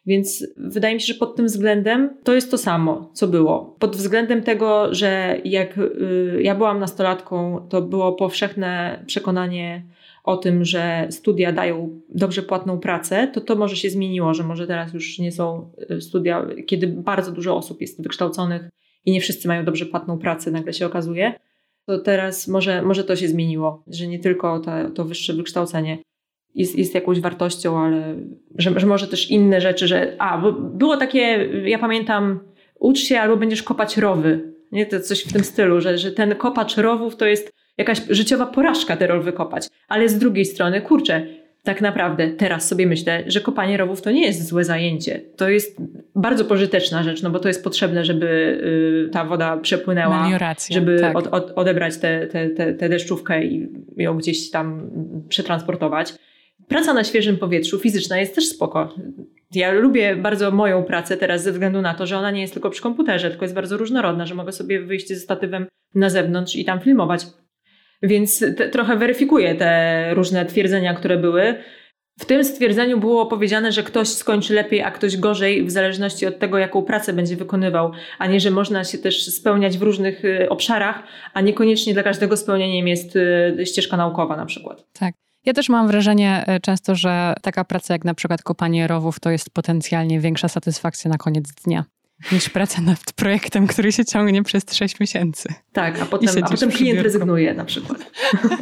Więc wydaje mi się, że pod tym względem to jest to samo, co było. Pod względem tego, że jak y, ja byłam nastolatką, to było powszechne przekonanie o tym, że studia dają dobrze płatną pracę, to to może się zmieniło, że może teraz już nie są studia, kiedy bardzo dużo osób jest wykształconych i nie wszyscy mają dobrze płatną pracę, nagle się okazuje. To teraz może, może to się zmieniło, że nie tylko to, to wyższe wykształcenie jest, jest jakąś wartością, ale że, że może też inne rzeczy, że a, bo było takie, ja pamiętam, ucz się albo będziesz kopać rowy, nie? To coś w tym stylu, że, że ten kopacz rowów to jest jakaś życiowa porażka te rowy kopać, ale z drugiej strony, kurczę, tak naprawdę teraz sobie myślę, że kopanie rowów to nie jest złe zajęcie. To jest bardzo pożyteczna rzecz, no bo to jest potrzebne, żeby y, ta woda przepłynęła, melioracja, żeby tak. od, od, odebrać tę te, te, te deszczówkę i ją gdzieś tam przetransportować. Praca na świeżym powietrzu fizyczna jest też spoko. Ja lubię bardzo moją pracę teraz ze względu na to, że ona nie jest tylko przy komputerze, tylko jest bardzo różnorodna, że mogę sobie wyjść ze statywem na zewnątrz i tam filmować. Więc te, trochę weryfikuję te różne twierdzenia, które były. W tym stwierdzeniu było powiedziane, że ktoś skończy lepiej, a ktoś gorzej w zależności od tego, jaką pracę będzie wykonywał, a nie, że można się też spełniać w różnych y, obszarach, a niekoniecznie dla każdego spełnieniem jest y, ścieżka naukowa na przykład. Tak. Ja też mam wrażenie często, że taka praca jak na przykład kopanie rowów to jest potencjalnie większa satysfakcja na koniec dnia niż praca nad projektem, który się ciągnie przez sześć miesięcy. Tak, a potem, a potem klient rezygnuje na przykład.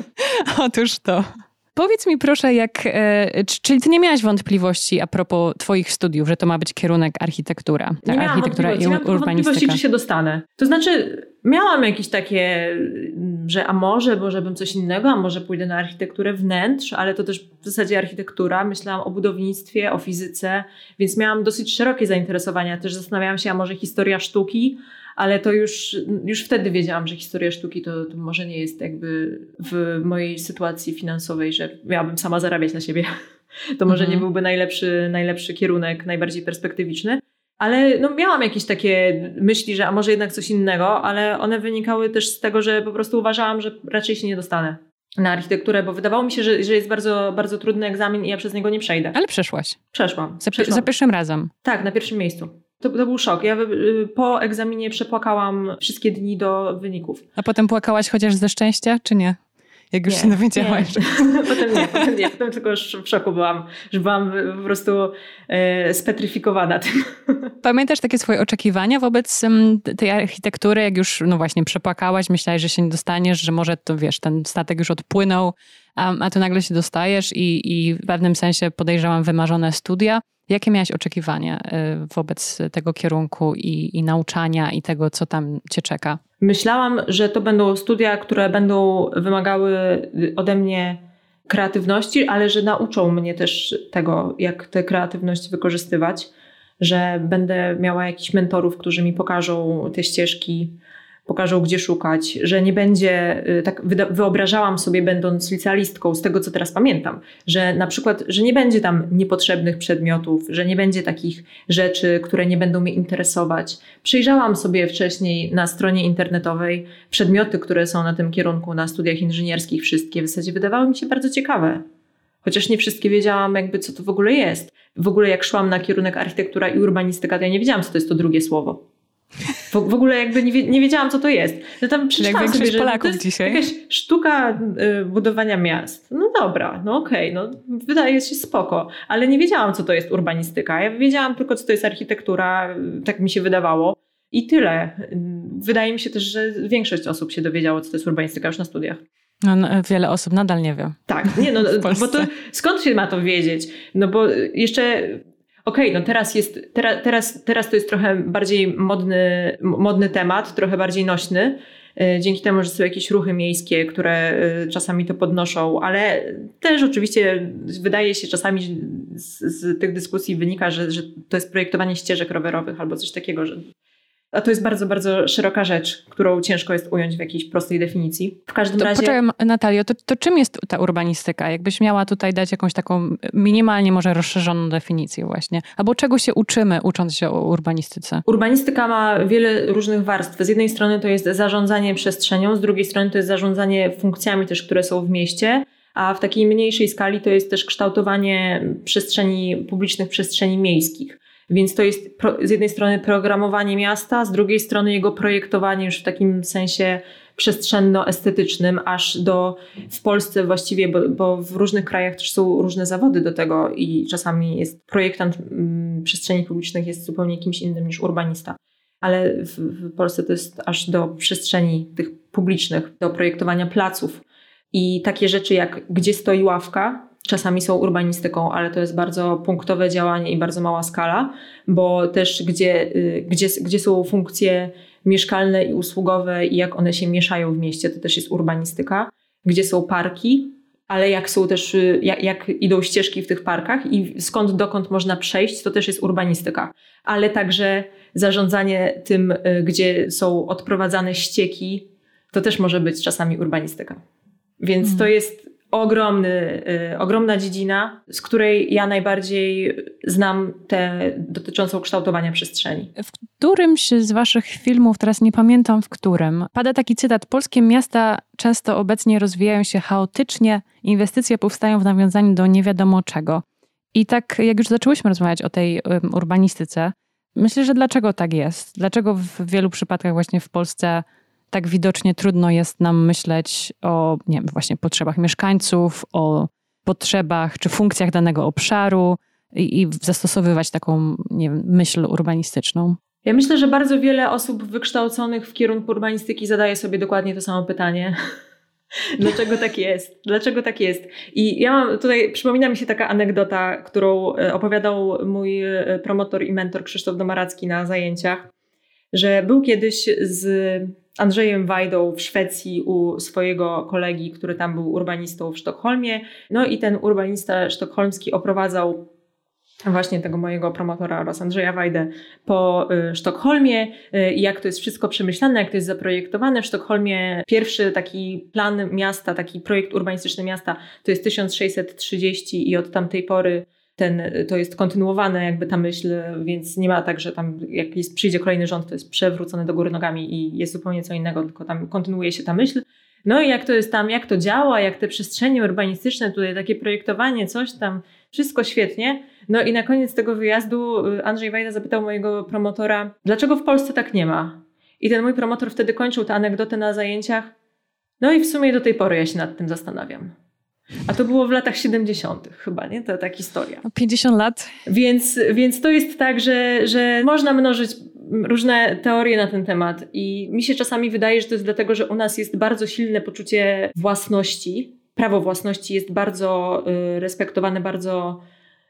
Otóż to. Powiedz mi proszę, jak, e, czyli ty nie miałaś wątpliwości a propos twoich studiów, że to ma być kierunek architektura, nie miałam architektura i miałam wątpliwości, czy się dostanę. To znaczy miałam jakieś takie, że a może, bo żebym coś innego, a może pójdę na architekturę wnętrz, ale to też w zasadzie architektura. Myślałam o budownictwie, o fizyce, więc miałam dosyć szerokie zainteresowania. Też zastanawiałam się, a może historia sztuki, ale to już, już wtedy wiedziałam, że historia sztuki to, to może nie jest jakby w mojej sytuacji finansowej, że miałabym sama zarabiać na siebie. To może mhm. nie byłby najlepszy, najlepszy kierunek, najbardziej perspektywiczny. Ale no, miałam jakieś takie myśli, że a może jednak coś innego, ale one wynikały też z tego, że po prostu uważałam, że raczej się nie dostanę na architekturę, bo wydawało mi się, że, że jest bardzo, bardzo trudny egzamin i ja przez niego nie przejdę. Ale przeszłaś. Przeszłam. Za, przeszłam. za pierwszym razem. Tak, na pierwszym miejscu. To, to był szok. Ja po egzaminie przepłakałam wszystkie dni do wyników. A potem płakałaś chociaż ze szczęścia, czy nie? Jak już nie, się dowiedziałaś. Nie. potem nie, potem nie. Potem tylko już w szoku byłam, że byłam po prostu e, spetryfikowana tym. Pamiętasz takie swoje oczekiwania wobec um, tej architektury, jak już no właśnie przepłakałaś, myślałaś, że się nie dostaniesz, że może to wiesz, ten statek już odpłynął, a, a tu nagle się dostajesz i, i w pewnym sensie podejrzewam wymarzone studia. Jakie miałaś oczekiwania y, wobec tego kierunku i, i nauczania i tego, co tam cię czeka? Myślałam, że to będą studia, które będą wymagały ode mnie kreatywności, ale że nauczą mnie też tego, jak tę kreatywność wykorzystywać, że będę miała jakichś mentorów, którzy mi pokażą te ścieżki, pokażą, gdzie szukać, że nie będzie, tak wyobrażałam sobie, będąc licealistką, z tego, co teraz pamiętam, że na przykład, że nie będzie tam niepotrzebnych przedmiotów, że nie będzie takich rzeczy, które nie będą mnie interesować. Przejrzałam sobie wcześniej na stronie internetowej przedmioty, które są na tym kierunku, na studiach inżynierskich, wszystkie w zasadzie wydawały mi się bardzo ciekawe. Chociaż nie wszystkie wiedziałam jakby, co to w ogóle jest. W ogóle jak szłam na kierunek architektura i urbanistyka, to ja nie wiedziałam, co to jest to drugie słowo. W, w ogóle jakby nie, nie wiedziałam, co to jest. No tam przeczytałam sobie, że Polaków to jest dzisiaj. jakaś sztuka y, budowania miast. No dobra, no okej, okay, no wydaje się spoko. Ale nie wiedziałam, co to jest urbanistyka. Ja wiedziałam tylko, co to jest architektura. Tak mi się wydawało. I tyle. Wydaje mi się też, że większość osób się dowiedziało, co to jest urbanistyka już na studiach. No, no, wiele osób nadal nie wie. Tak, nie no, bo to skąd się ma to wiedzieć? No bo jeszcze... Okej, okay, no teraz jest, teraz, teraz, teraz to jest trochę bardziej modny, modny temat, trochę bardziej nośny, dzięki temu, że są jakieś ruchy miejskie, które czasami to podnoszą, ale też oczywiście wydaje się czasami z, z tych dyskusji wynika, że, że to jest projektowanie ścieżek rowerowych albo coś takiego, że a to jest bardzo, bardzo szeroka rzecz, którą ciężko jest ująć w jakiejś prostej definicji. W każdym to razie... Poczekaj, Natalio, to, to czym jest ta urbanistyka? Jakbyś miała tutaj dać jakąś taką minimalnie może rozszerzoną definicję właśnie. Albo czego się uczymy, ucząc się o urbanistyce? Urbanistyka ma wiele różnych warstw. Z jednej strony to jest zarządzanie przestrzenią, z drugiej strony to jest zarządzanie funkcjami też, które są w mieście, a w takiej mniejszej skali to jest też kształtowanie przestrzeni publicznych, przestrzeni miejskich. Więc to jest pro, z jednej strony programowanie miasta, z drugiej strony jego projektowanie już w takim sensie przestrzenno-estetycznym, aż do w Polsce właściwie, bo, bo w różnych krajach też są różne zawody do tego i czasami jest projektant m, przestrzeni publicznych jest zupełnie kimś innym niż urbanista. Ale w, w Polsce to jest aż do przestrzeni tych publicznych, do projektowania placów. I takie rzeczy jak gdzie stoi ławka, czasami są urbanistyką, ale to jest bardzo punktowe działanie i bardzo mała skala, bo też gdzie, gdzie, gdzie są funkcje mieszkalne i usługowe i jak one się mieszają w mieście, to też jest urbanistyka. Gdzie są parki, ale jak są też, jak, jak idą ścieżki w tych parkach i skąd dokąd można przejść, to też jest urbanistyka. Ale także zarządzanie tym, gdzie są odprowadzane ścieki, to też może być czasami urbanistyka. Więc mhm. to jest ogromny, y, ogromna dziedzina, z której ja najbardziej znam tę dotyczącą kształtowania przestrzeni. W którymś z waszych filmów, teraz nie pamiętam w którym, pada taki cytat: polskie miasta często obecnie rozwijają się chaotycznie, inwestycje powstają w nawiązaniu do nie wiadomo czego. I tak jak już zaczęłyśmy rozmawiać o tej um, urbanistyce, myślę, że dlaczego tak jest? Dlaczego w wielu przypadkach właśnie w Polsce tak widocznie trudno jest nam myśleć o, nie wiem, właśnie potrzebach mieszkańców, o potrzebach czy funkcjach danego obszaru i, i zastosowywać taką, nie wiem, myśl urbanistyczną? Ja myślę, że bardzo wiele osób wykształconych w kierunku urbanistyki zadaje sobie dokładnie to samo pytanie. Dlaczego tak jest? Dlaczego tak jest? I ja mam tutaj, przypomina mi się taka anegdota, którą opowiadał mój promotor i mentor Krzysztof Domaracki na zajęciach, że był kiedyś z Andrzejem Wajdą w Szwecji u swojego kolegi, który tam był urbanistą w Sztokholmie. No i ten urbanista sztokholmski oprowadzał właśnie tego mojego promotora oraz Andrzeja Wajdę po y, Sztokholmie y, i jak to jest wszystko przemyślane, jak to jest zaprojektowane. W Sztokholmie pierwszy taki plan miasta, taki projekt urbanistyczny miasta to jest tysiąc sześćset trzydzieści i od tamtej pory ten, to jest kontynuowane jakby ta myśl, więc nie ma tak, że tam jak jest, przyjdzie kolejny rząd, to jest przewrócone do góry nogami i jest zupełnie co innego, tylko tam kontynuuje się ta myśl. No i jak to jest tam, jak to działa, jak te przestrzenie urbanistyczne, tutaj takie projektowanie, coś tam, wszystko świetnie. No i na koniec tego wyjazdu Andrzej Wajda zapytał mojego promotora, dlaczego w Polsce tak nie ma? I ten mój promotor wtedy kończył tę anegdotę na zajęciach. No i w sumie do tej pory ja się nad tym zastanawiam. A to było w latach siedemdziesiątych chyba, nie? To ta historia. pięćdziesiąt lat. Więc, więc to jest tak, że, że można mnożyć różne teorie na ten temat i mi się czasami wydaje, że to jest dlatego, że u nas jest bardzo silne poczucie własności. Prawo własności jest bardzo y, respektowane, bardzo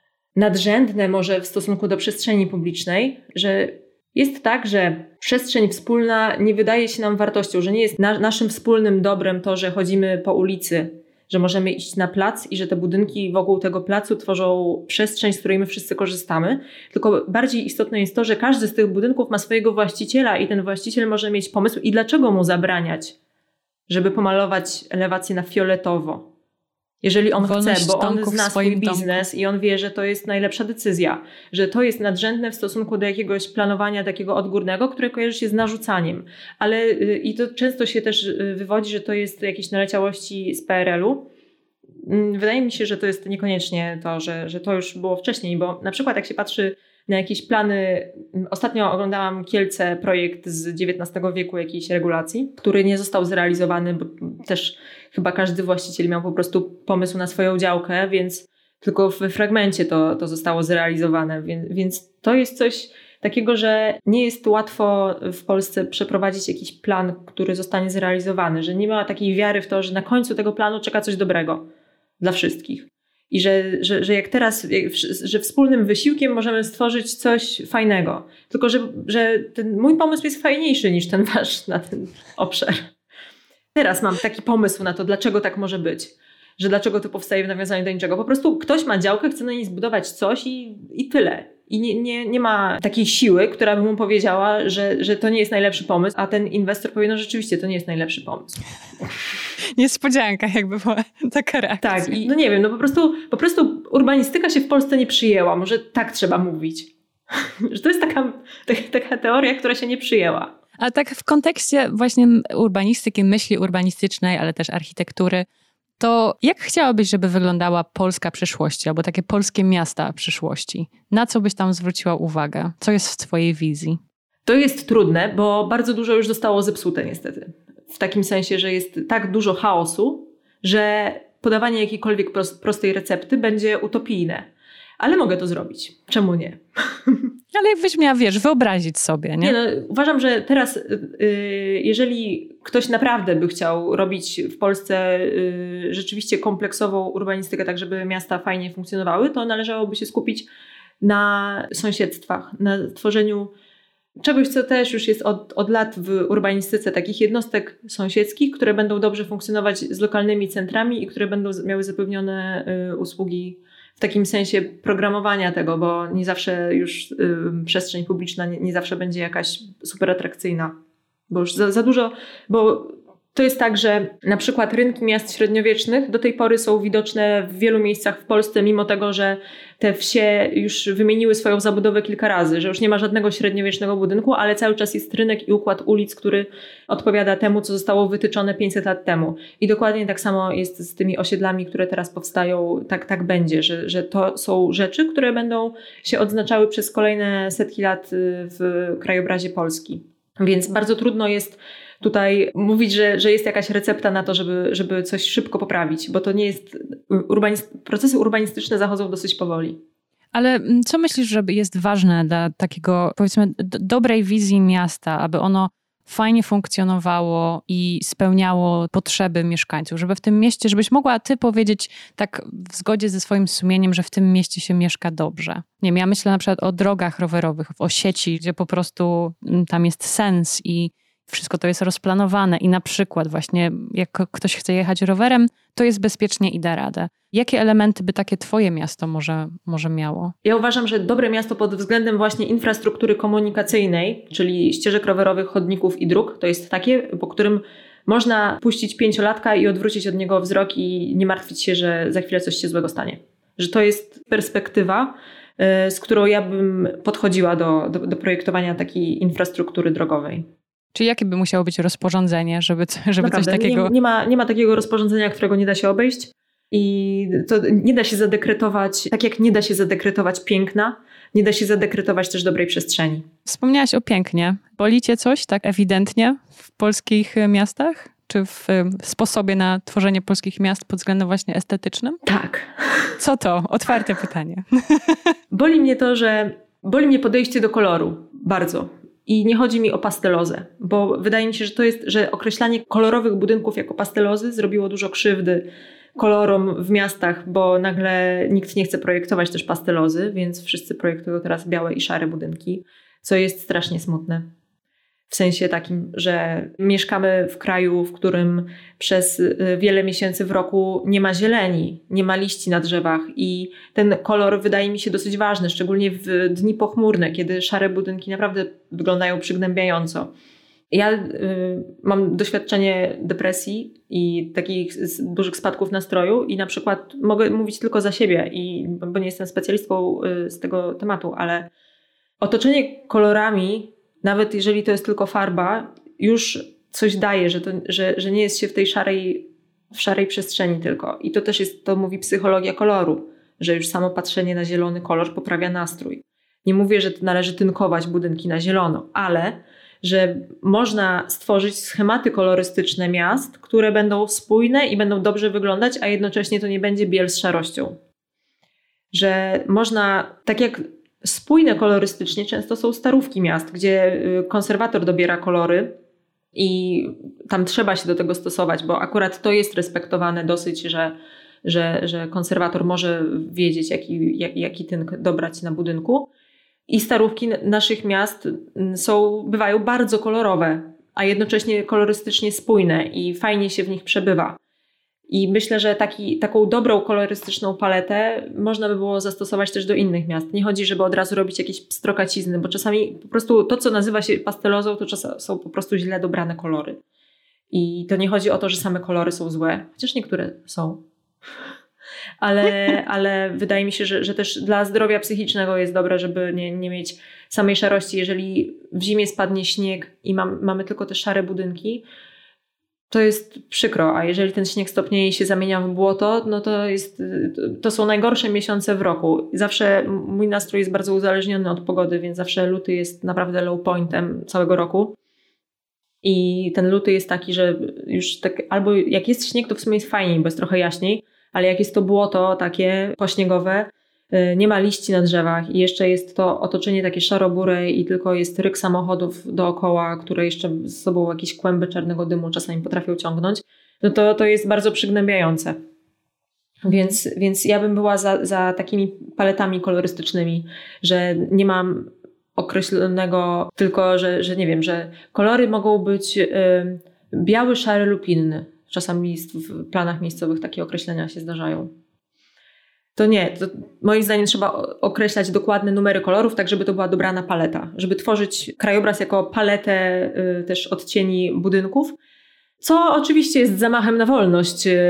nadrzędne może w stosunku do przestrzeni publicznej, że jest tak, że przestrzeń wspólna nie wydaje się nam wartością, że nie jest na, naszym wspólnym dobrem to, że chodzimy po ulicy, że możemy iść na plac i że te budynki wokół tego placu tworzą przestrzeń, z której my wszyscy korzystamy. Tylko bardziej istotne jest to, że każdy z tych budynków ma swojego właściciela i ten właściciel może mieć pomysł i dlaczego mu zabraniać, żeby pomalować elewację na fioletowo. Jeżeli on Wolność chce, bo on zna swój biznes domku. I on wie, że to jest najlepsza decyzja, że to jest nadrzędne w stosunku do jakiegoś planowania takiego odgórnego, które kojarzy się z narzucaniem. Ale i to często się też wywodzi, że to jest jakieś naleciałości z P R L-u. Wydaje mi się, że to jest niekoniecznie to, że, że to już było wcześniej, bo na przykład jak się patrzy na jakieś plany, ostatnio oglądałam Kielce, projekt z dziewiętnastego wieku jakiejś regulacji, który nie został zrealizowany, bo też chyba każdy właściciel miał po prostu pomysł na swoją działkę, więc tylko w fragmencie to, to zostało zrealizowane, więc, więc to jest coś takiego, że nie jest łatwo w Polsce przeprowadzić jakiś plan, który zostanie zrealizowany, że nie ma takiej wiary w to, że na końcu tego planu czeka coś dobrego dla wszystkich. I że, że, że jak teraz, że wspólnym wysiłkiem możemy stworzyć coś fajnego. Tylko, że, że ten mój pomysł jest fajniejszy niż ten wasz na ten obszar. Teraz mam taki pomysł na to, dlaczego tak może być. Że dlaczego to powstaje w nawiązaniu do niczego. Po prostu ktoś ma działkę, chce na niej zbudować coś i, i tyle. I nie, nie, nie ma takiej siły, która by mu powiedziała, że, że to nie jest najlepszy pomysł, a ten inwestor powie, no rzeczywiście to nie jest najlepszy pomysł. Niespodzianka jakby była taka reakcja. Tak, i no nie wiem, no po prostu, po prostu urbanistyka się w Polsce nie przyjęła. Może tak trzeba mówić. Że to jest taka, taka, taka teoria, która się nie przyjęła. A tak w kontekście właśnie urbanistyki, myśli urbanistycznej, ale też architektury, To jak chciałabyś, żeby wyglądała Polska przyszłości, albo takie polskie miasta przyszłości? Na co byś tam zwróciła uwagę? Co jest w twojej wizji? To jest trudne, bo bardzo dużo już zostało zepsute niestety. W takim sensie, że jest tak dużo chaosu, że podawanie jakiejkolwiek prostej recepty będzie utopijne. Ale mogę to zrobić. Czemu nie? Ale jakbyś miała, wiesz, wyobrazić sobie, nie? Nie no, uważam, że teraz yy, jeżeli ktoś naprawdę by chciał robić w Polsce yy, rzeczywiście kompleksową urbanistykę, tak żeby miasta fajnie funkcjonowały, to należałoby się skupić na sąsiedztwach, na tworzeniu czegoś, co też już jest od, od lat w urbanistyce, takich jednostek sąsiedzkich, które będą dobrze funkcjonować z lokalnymi centrami i które będą miały zapewnione yy, usługi w takim sensie programowania tego, bo nie zawsze już y, przestrzeń publiczna nie, nie zawsze będzie jakaś super atrakcyjna. Bo już za, za dużo, bo to jest tak, że na przykład rynki miast średniowiecznych do tej pory są widoczne w wielu miejscach w Polsce, mimo tego, że te wsie już wymieniły swoją zabudowę kilka razy, że już nie ma żadnego średniowiecznego budynku, ale cały czas jest rynek i układ ulic, który odpowiada temu, co zostało wytyczone pięćset lat temu. I dokładnie tak samo jest z tymi osiedlami, które teraz powstają. Tak, tak będzie, że, że to są rzeczy, które będą się odznaczały przez kolejne setki lat w krajobrazie Polski. Więc bardzo trudno jest tutaj mówić, że, że jest jakaś recepta na to, żeby, żeby coś szybko poprawić, bo to nie jest... Urbanist- procesy urbanistyczne zachodzą dosyć powoli. Ale co myślisz, że jest ważne dla takiego, powiedzmy, d- dobrej wizji miasta, aby ono fajnie funkcjonowało i spełniało potrzeby mieszkańców, żeby w tym mieście, żebyś mogła ty powiedzieć tak w zgodzie ze swoim sumieniem, że w tym mieście się mieszka dobrze. Nie wiem, ja myślę na przykład o drogach rowerowych, o sieci, gdzie po prostu tam jest sens i wszystko to jest rozplanowane i na przykład właśnie jak ktoś chce jechać rowerem, to jest bezpiecznie i da radę. Jakie elementy by takie twoje miasto może, może miało? Ja uważam, że dobre miasto pod względem właśnie infrastruktury komunikacyjnej, czyli ścieżek rowerowych, chodników i dróg, to jest takie, po którym można puścić pięciolatka i odwrócić od niego wzrok i nie martwić się, że za chwilę coś się złego stanie. Że to jest perspektywa, z którą ja bym podchodziła do, do, do projektowania takiej infrastruktury drogowej. Czy jakie by musiało być rozporządzenie, żeby, żeby Naprawdę, coś takiego... Nie, nie, ma, nie ma takiego rozporządzenia, którego nie da się obejść i to nie da się zadekretować, tak jak nie da się zadekretować piękna, nie da się zadekretować też dobrej przestrzeni. Wspomniałaś o pięknie. Boli cię coś tak ewidentnie w polskich miastach? Czy w sposobie na tworzenie polskich miast pod względem właśnie estetycznym? Tak. Co to? Otwarte pytanie. Boli mnie to, że boli mnie podejście do koloru. Bardzo. I nie chodzi mi o pastelozę, bo wydaje mi się, że to jest, że określanie kolorowych budynków jako pastelozy zrobiło dużo krzywdy kolorom w miastach, bo nagle nikt nie chce projektować też pastelozy, więc wszyscy projektują teraz białe i szare budynki, co jest strasznie smutne. W sensie takim, że mieszkamy w kraju, w którym przez wiele miesięcy w roku nie ma zieleni, nie ma liści na drzewach i ten kolor wydaje mi się dosyć ważny, szczególnie w dni pochmurne, kiedy szare budynki naprawdę wyglądają przygnębiająco. Ja y, mam doświadczenie depresji i takich dużych spadków nastroju i na przykład mogę mówić tylko za siebie, i, bo nie jestem specjalistką y, z tego tematu, ale otoczenie kolorami, nawet jeżeli to jest tylko farba, już coś daje, że, to, że, że nie jest się w tej szarej, w szarej przestrzeni tylko. I to też jest, to mówi psychologia koloru, że już samo patrzenie na zielony kolor poprawia nastrój. Nie mówię, że należy tynkować budynki na zielono, ale że można stworzyć schematy kolorystyczne miast, które będą spójne i będą dobrze wyglądać, a jednocześnie to nie będzie biel z szarością. Że można, tak jak spójne kolorystycznie często są starówki miast, gdzie konserwator dobiera kolory i tam trzeba się do tego stosować, bo akurat to jest respektowane dosyć, że, że, że konserwator może wiedzieć, jaki, jak, jaki tynk dobrać na budynku. I starówki naszych miast są, bywają bardzo kolorowe, a jednocześnie kolorystycznie spójne i fajnie się w nich przebywa. I myślę, że taki, taką dobrą kolorystyczną paletę można by było zastosować też do innych miast. Nie chodzi, żeby od razu robić jakieś pstrokacizny, bo czasami po prostu to, co nazywa się pastelozą, to czasami są po prostu źle dobrane kolory. I to nie chodzi o to, że same kolory są złe, chociaż niektóre są. Ale, ale wydaje mi się, że, że też dla zdrowia psychicznego jest dobre, żeby nie, nie mieć samej szarości. Jeżeli w zimie spadnie śnieg i mam, mamy tylko te szare budynki, to jest przykro, a jeżeli ten śnieg stopnieje i się zamienia w błoto, no to jest, to są najgorsze miesiące w roku. Zawsze mój nastrój jest bardzo uzależniony od pogody, więc zawsze luty jest naprawdę low pointem całego roku. I ten luty jest taki, że już tak, albo jak jest śnieg, to w sumie jest fajniej, bo jest trochę jaśniej, ale jak jest to błoto takie pośniegowe, nie ma liści na drzewach i jeszcze jest to otoczenie takie szaro-bure i tylko jest ryk samochodów dookoła, które jeszcze z sobą jakieś kłęby czarnego dymu czasami potrafią ciągnąć, no to, to jest bardzo przygnębiające. Więc, więc ja bym była za, za takimi paletami kolorystycznymi, że nie mam określonego, tylko że, że nie wiem, że kolory mogą być y, biały, szary lub inny. Czasami w planach miejscowych takie określenia się zdarzają. To nie, to moim zdaniem trzeba określać dokładne numery kolorów, tak żeby to była dobrana paleta. Żeby tworzyć krajobraz jako paletę y, też odcieni budynków, co oczywiście jest zamachem na wolność y,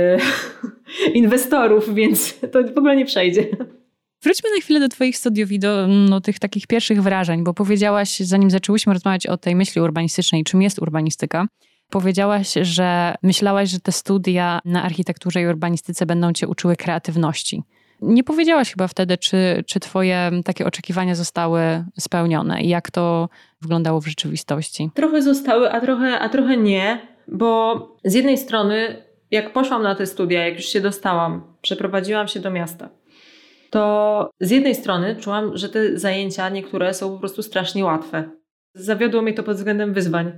inwestorów, więc to w ogóle nie przejdzie. Wróćmy na chwilę do twoich studiów i do no, tych takich pierwszych wrażeń, bo powiedziałaś, zanim zaczęłyśmy rozmawiać o tej myśli urbanistycznej, czym jest urbanistyka, powiedziałaś, że myślałaś, że te studia na architekturze i urbanistyce będą cię uczyły kreatywności. Nie powiedziałaś chyba wtedy, czy, czy twoje takie oczekiwania zostały spełnione i jak to wyglądało w rzeczywistości? Trochę zostały, a trochę, a trochę nie, bo z jednej strony jak poszłam na te studia, jak już się dostałam, przeprowadziłam się do miasta, to z jednej strony czułam, że te zajęcia niektóre są po prostu strasznie łatwe. Zawiodło mnie to pod względem wyzwań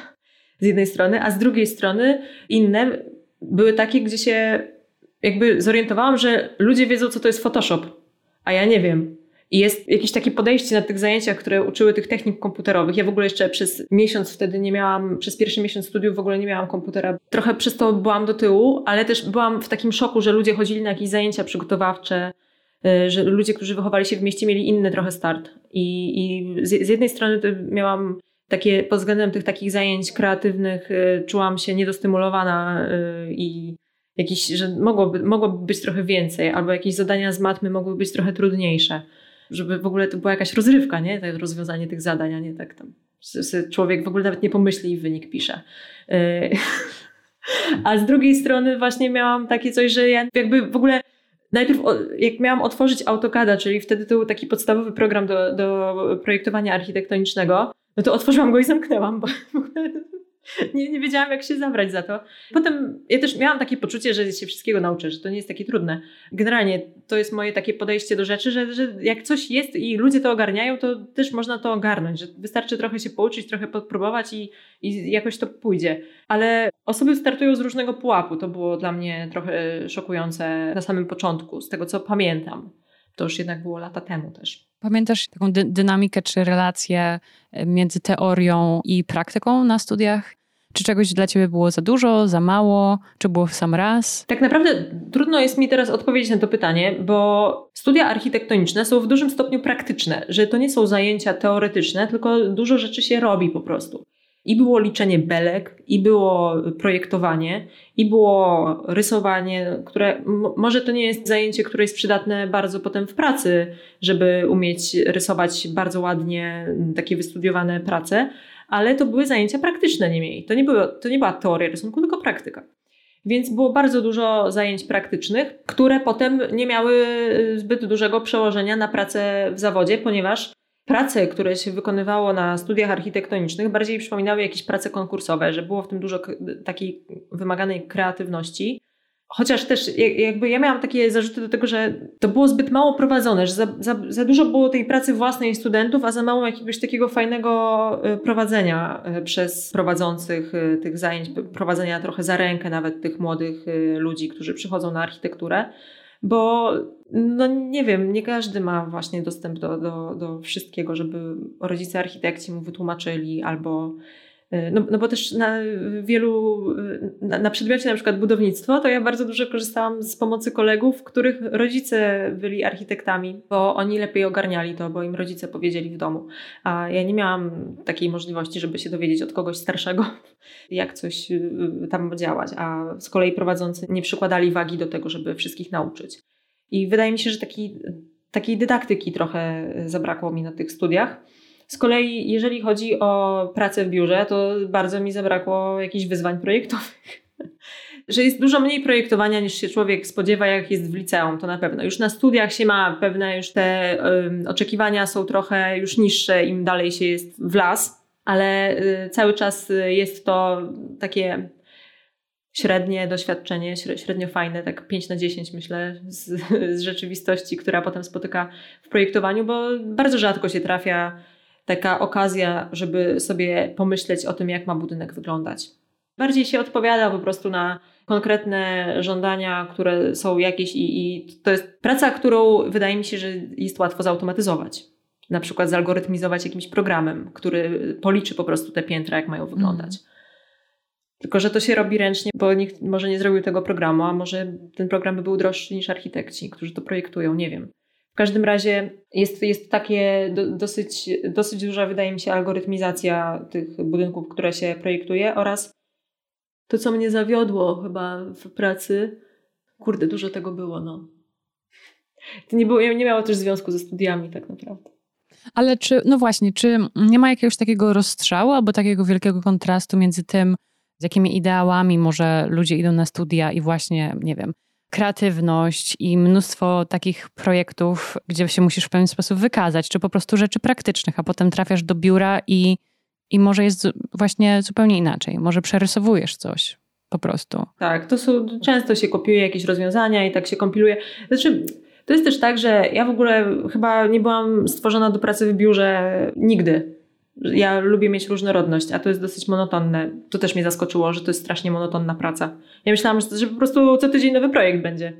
z jednej strony, a z drugiej strony inne były takie, gdzie się jakby zorientowałam, że ludzie wiedzą, co to jest Photoshop, a ja nie wiem. I jest jakieś takie podejście na tych zajęciach, które uczyły tych technik komputerowych. Ja w ogóle jeszcze przez miesiąc wtedy nie miałam, przez pierwszy miesiąc studiów w ogóle nie miałam komputera. Trochę przez to byłam do tyłu, ale też byłam w takim szoku, że ludzie chodzili na jakieś zajęcia przygotowawcze, że ludzie, którzy wychowali się w mieście, mieli inny trochę start. I, i z, z jednej strony to miałam takie, pod względem tych takich zajęć kreatywnych, czułam się niedostymulowana i jakieś, że mogłoby, mogłoby być trochę więcej, albo jakieś zadania z matmy mogły być trochę trudniejsze. Żeby w ogóle to była jakaś rozrywka, nie? Tak, rozwiązanie tych zadań, a nie tak tam. Człowiek w ogóle nawet nie pomyśli i wynik pisze. A z drugiej strony właśnie miałam takie coś, że ja jakby w ogóle najpierw jak miałam otworzyć AutoCADa, czyli wtedy to był taki podstawowy program do, do projektowania architektonicznego, no to otworzyłam go i zamknęłam, bo w ogóle nie, nie wiedziałam, jak się zabrać za to. Potem ja też miałam takie poczucie, że się wszystkiego nauczę, że to nie jest takie trudne. Generalnie to jest moje takie podejście do rzeczy, że, że jak coś jest i ludzie to ogarniają, to też można to ogarnąć, że wystarczy trochę się pouczyć, trochę podpróbować i, i jakoś to pójdzie. Ale osoby startują z różnego pułapu. To było dla mnie trochę szokujące na samym początku, z tego co pamiętam. To już jednak było lata temu też. Pamiętasz taką dy- dynamikę czy relację między teorią i praktyką na studiach? Czy czegoś dla ciebie było za dużo, za mało? Czy było w sam raz? Tak naprawdę trudno jest mi teraz odpowiedzieć na to pytanie, bo studia architektoniczne są w dużym stopniu praktyczne, że to nie są zajęcia teoretyczne, tylko dużo rzeczy się robi po prostu. I było liczenie belek, i było projektowanie, i było rysowanie, które m- może to nie jest zajęcie, które jest przydatne bardzo potem w pracy, żeby umieć rysować bardzo ładnie takie wystudiowane prace, ale to były zajęcia praktyczne niemniej. To nie, było, to nie była teoria rysunku, tylko praktyka. Więc było bardzo dużo zajęć praktycznych, które potem nie miały zbyt dużego przełożenia na pracę w zawodzie, ponieważ prace, które się wykonywało na studiach architektonicznych, bardziej przypominały jakieś prace konkursowe, że było w tym dużo takiej wymaganej kreatywności. Chociaż też jakby ja miałam takie zarzuty do tego, że to było zbyt mało prowadzone, że za, za, za dużo było tej pracy własnej studentów, a za mało jakiegoś takiego fajnego prowadzenia przez prowadzących tych zajęć, prowadzenia trochę za rękę nawet tych młodych ludzi, którzy przychodzą na architekturę. Bo no nie wiem, nie każdy ma właśnie dostęp do, do, do wszystkiego, żeby rodzice architekci mu wytłumaczyli albo no, no bo też na wielu, na, na przedmiocie na przykład budownictwo, to ja bardzo dużo korzystałam z pomocy kolegów, których rodzice byli architektami, bo oni lepiej ogarniali to, bo im rodzice powiedzieli w domu. A ja nie miałam takiej możliwości, żeby się dowiedzieć od kogoś starszego, jak coś tam działać, a z kolei prowadzący nie przykładali wagi do tego, żeby wszystkich nauczyć. I wydaje mi się, że taki, takiej dydaktyki trochę zabrakło mi na tych studiach. Z kolei jeżeli chodzi o pracę w biurze, to bardzo mi zabrakło jakichś wyzwań projektowych. Że jest dużo mniej projektowania niż się człowiek spodziewa, jak jest w liceum, to na pewno. Już na studiach się ma pewne, już te um, oczekiwania są trochę już niższe, im dalej się jest w las, ale y, cały czas jest to takie średnie doświadczenie, średnio fajne, tak pięć na dziesięć myślę, z, z rzeczywistości, która potem spotyka w projektowaniu, bo bardzo rzadko się trafia taka okazja, żeby sobie pomyśleć o tym, jak ma budynek wyglądać. Bardziej się odpowiada po prostu na konkretne żądania, które są jakieś i, i to jest praca, którą wydaje mi się, że jest łatwo zautomatyzować. Na przykład zalgorytmizować jakimś programem, który policzy po prostu te piętra, jak mają wyglądać. Mm. Tylko że to się robi ręcznie, bo nikt może nie zrobił tego programu, a może ten program by był droższy niż architekci, którzy to projektują, nie wiem. W każdym razie jest, jest takie do, dosyć, dosyć duża, wydaje mi się, algorytmizacja tych budynków, które się projektuje oraz to, co mnie zawiodło chyba w pracy, kurde, dużo tego było, no. To nie, było, nie miało też związku ze studiami tak naprawdę. Ale czy, no właśnie, czy nie ma jakiegoś takiego rozstrzału albo takiego wielkiego kontrastu między tym, z jakimi ideałami może ludzie idą na studia i właśnie, nie wiem, kreatywność i mnóstwo takich projektów, gdzie się musisz w pewien sposób wykazać, czy po prostu rzeczy praktycznych, a potem trafiasz do biura i, i może jest właśnie zupełnie inaczej. Może przerysowujesz coś po prostu. Tak, to są, często się kopiuje jakieś rozwiązania i tak się kompiluje. Znaczy, to jest też tak, że ja w ogóle chyba nie byłam stworzona do pracy w biurze nigdy. Ja lubię mieć różnorodność, a to jest dosyć monotonne. To też mnie zaskoczyło, że to jest strasznie monotonna praca. Ja myślałam, że, że po prostu co tydzień nowy projekt będzie.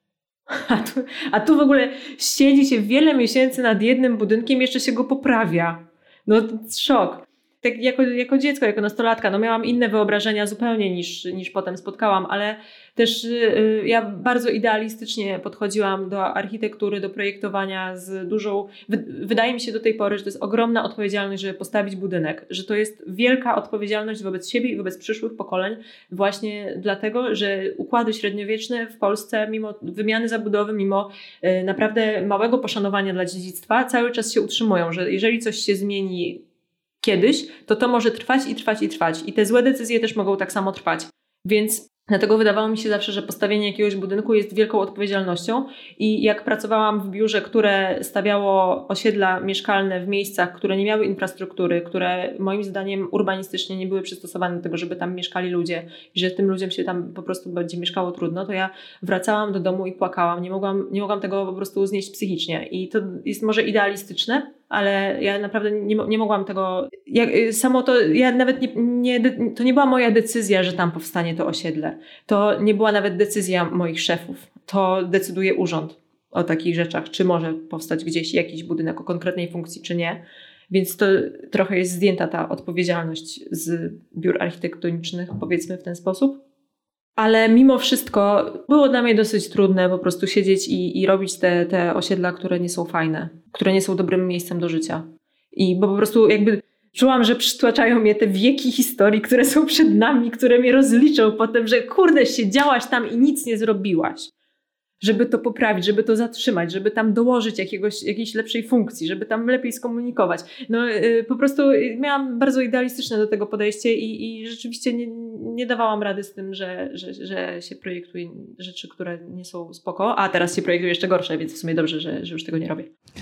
A tu, a tu w ogóle siedzi się wiele miesięcy nad jednym budynkiem i jeszcze się go poprawia. No to szok. Tak jako, jako dziecko, jako nastolatka, no miałam inne wyobrażenia zupełnie niż, niż potem spotkałam, ale też yy, ja bardzo idealistycznie podchodziłam do architektury, do projektowania z dużą, wy, wydaje mi się do tej pory, że to jest ogromna odpowiedzialność, żeby postawić budynek, że to jest wielka odpowiedzialność wobec siebie i wobec przyszłych pokoleń właśnie dlatego, że układy średniowieczne w Polsce mimo wymiany zabudowy, mimo yy, naprawdę małego poszanowania dla dziedzictwa cały czas się utrzymują, że jeżeli coś się zmieni kiedyś, to to może trwać i trwać i trwać. I te złe decyzje też mogą tak samo trwać. Więc dlatego wydawało mi się zawsze, że postawienie jakiegoś budynku jest wielką odpowiedzialnością i jak pracowałam w biurze, które stawiało osiedla mieszkalne w miejscach, które nie miały infrastruktury, które moim zdaniem urbanistycznie nie były przystosowane do tego, żeby tam mieszkali ludzie i że tym ludziom się tam po prostu będzie mieszkało trudno, to ja wracałam do domu i płakałam. Nie mogłam, nie mogłam tego po prostu znieść psychicznie. I to jest może idealistyczne, ale ja naprawdę nie, nie mogłam tego, jak, samo to, ja nawet nie, nie, to nie była moja decyzja, że tam powstanie to osiedle. To nie była nawet decyzja moich szefów. To decyduje urząd o takich rzeczach, czy może powstać gdzieś jakiś budynek o konkretnej funkcji, czy nie. Więc to trochę jest zdjęta ta odpowiedzialność z biur architektonicznych, powiedzmy w ten sposób. Ale mimo wszystko było dla mnie dosyć trudne po prostu siedzieć i, i robić te, te osiedla, które nie są fajne, które nie są dobrym miejscem do życia. I bo po prostu jakby czułam, że przytłaczają mnie te wieki historii, które są przed nami, które mnie rozliczą potem, że kurde, siedziałaś tam i nic nie zrobiłaś. Żeby to poprawić, żeby to zatrzymać, żeby tam dołożyć jakiegoś, jakiejś lepszej funkcji, żeby tam lepiej skomunikować. No yy, po prostu miałam bardzo idealistyczne do tego podejście i, i rzeczywiście nie, nie dawałam rady z tym, że, że, że się projektuje rzeczy, które nie są spoko, a teraz się projektuje jeszcze gorsze, więc w sumie dobrze, że, że już tego nie robię.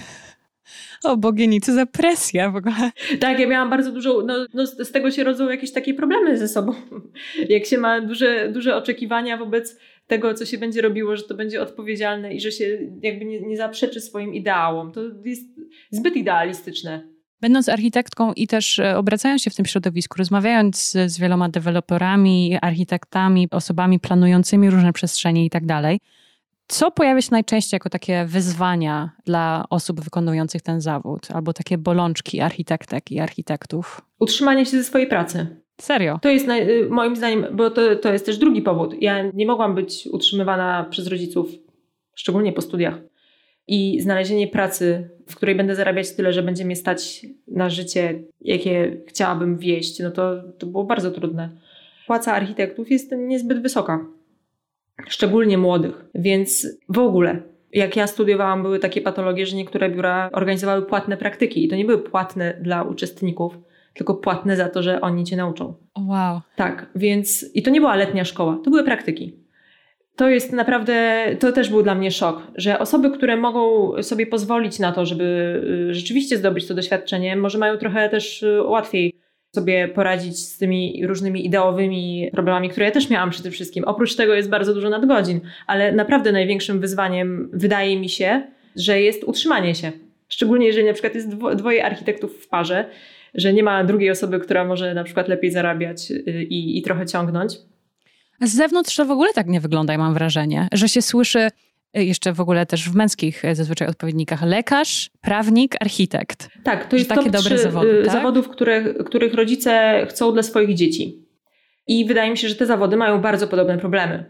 O bogini, co za presja w ogóle. Tak, ja miałam bardzo dużo, no, no z tego się rodzą jakieś takie problemy ze sobą. Jak się ma duże, duże oczekiwania wobec tego, co się będzie robiło, że to będzie odpowiedzialne i że się jakby nie, nie zaprzeczy swoim ideałom. To jest zbyt idealistyczne. Będąc architektką i też obracając się w tym środowisku, rozmawiając z, z wieloma deweloperami, architektami, osobami planującymi różne przestrzenie i tak dalej, co pojawia się najczęściej jako takie wyzwania dla osób wykonujących ten zawód? Albo takie bolączki architektek i architektów? Utrzymanie się ze swojej pracy. Serio? To jest moim zdaniem, bo to, to jest też drugi powód. Ja nie mogłam być utrzymywana przez rodziców, szczególnie po studiach. I znalezienie pracy, w której będę zarabiać tyle, że będzie mnie stać na życie, jakie chciałabym wieść, no to, to było bardzo trudne. Płaca architektów jest niezbyt wysoka. Szczególnie młodych, więc w ogóle Jak ja studiowałam, były takie patologie, że niektóre biura organizowały płatne praktyki i to nie były płatne dla uczestników, tylko płatne za to, że oni cię nauczą. Wow. Tak, więc i to nie była letnia szkoła, to były praktyki. To jest naprawdę, to też był dla mnie szok, że osoby, które mogą sobie pozwolić na to, żeby rzeczywiście zdobyć to doświadczenie, może mają trochę też łatwiej sobie poradzić z tymi różnymi ideowymi problemami, które ja też miałam przede wszystkim. Oprócz tego jest bardzo dużo nadgodzin, ale naprawdę największym wyzwaniem wydaje mi się, że jest utrzymanie się. Szczególnie jeżeli na przykład jest dwo, dwoje architektów w parze, że nie ma drugiej osoby, która może na przykład lepiej zarabiać i, i trochę ciągnąć. Z zewnątrz to w ogóle tak nie wygląda, ja mam wrażenie, że się słyszy jeszcze w ogóle też w męskich zazwyczaj odpowiednikach lekarz, prawnik, architekt. Tak, to jest takie top dobre trzy zawody, tak? zawodów, które, których rodzice chcą dla swoich dzieci. I wydaje mi się, że te zawody mają bardzo podobne problemy.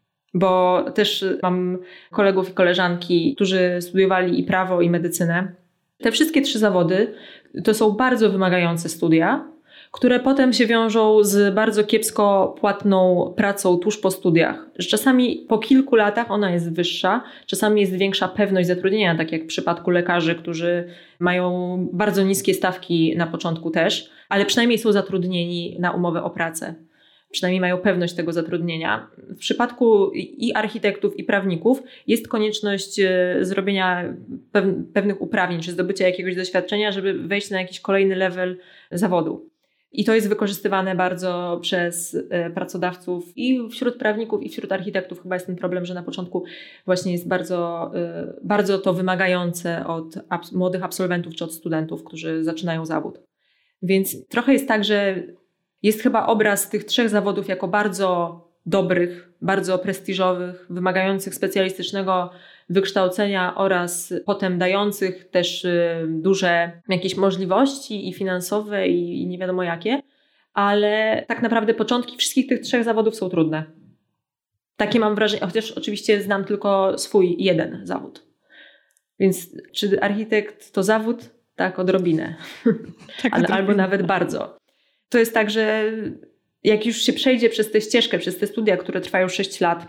Bo też mam kolegów i koleżanki, którzy studiowali i prawo, i medycynę. Te wszystkie trzy zawody to są bardzo wymagające studia, które potem się wiążą z bardzo kiepsko płatną pracą tuż po studiach. Czasami po kilku latach ona jest wyższa, czasami jest większa pewność zatrudnienia, tak jak w przypadku lekarzy, którzy mają bardzo niskie stawki na początku też, ale przynajmniej są zatrudnieni na umowę o pracę. Przynajmniej mają pewność tego zatrudnienia. W przypadku i architektów, i prawników jest konieczność zrobienia pewnych uprawnień, czy zdobycia jakiegoś doświadczenia, żeby wejść na jakiś kolejny level zawodu. I to jest wykorzystywane bardzo przez pracodawców i wśród prawników, i wśród architektów. Chyba jest ten problem, że na początku właśnie jest bardzo, bardzo to wymagające od młodych absolwentów czy od studentów, którzy zaczynają zawód. Więc trochę jest tak, że jest chyba obraz tych trzech zawodów jako bardzo dobrych, bardzo prestiżowych, wymagających specjalistycznego wykształcenia oraz potem dających też duże jakieś możliwości i finansowe i, i nie wiadomo jakie, ale tak naprawdę początki wszystkich tych trzech zawodów są trudne. Takie mam wrażenie, chociaż oczywiście znam tylko swój jeden zawód. Więc czy architekt to zawód? Tak, odrobinę. Tak, odrobinę. Albo nawet bardzo. To jest tak, że jak już się przejdzie przez tę ścieżkę, przez te studia, które trwają sześć lat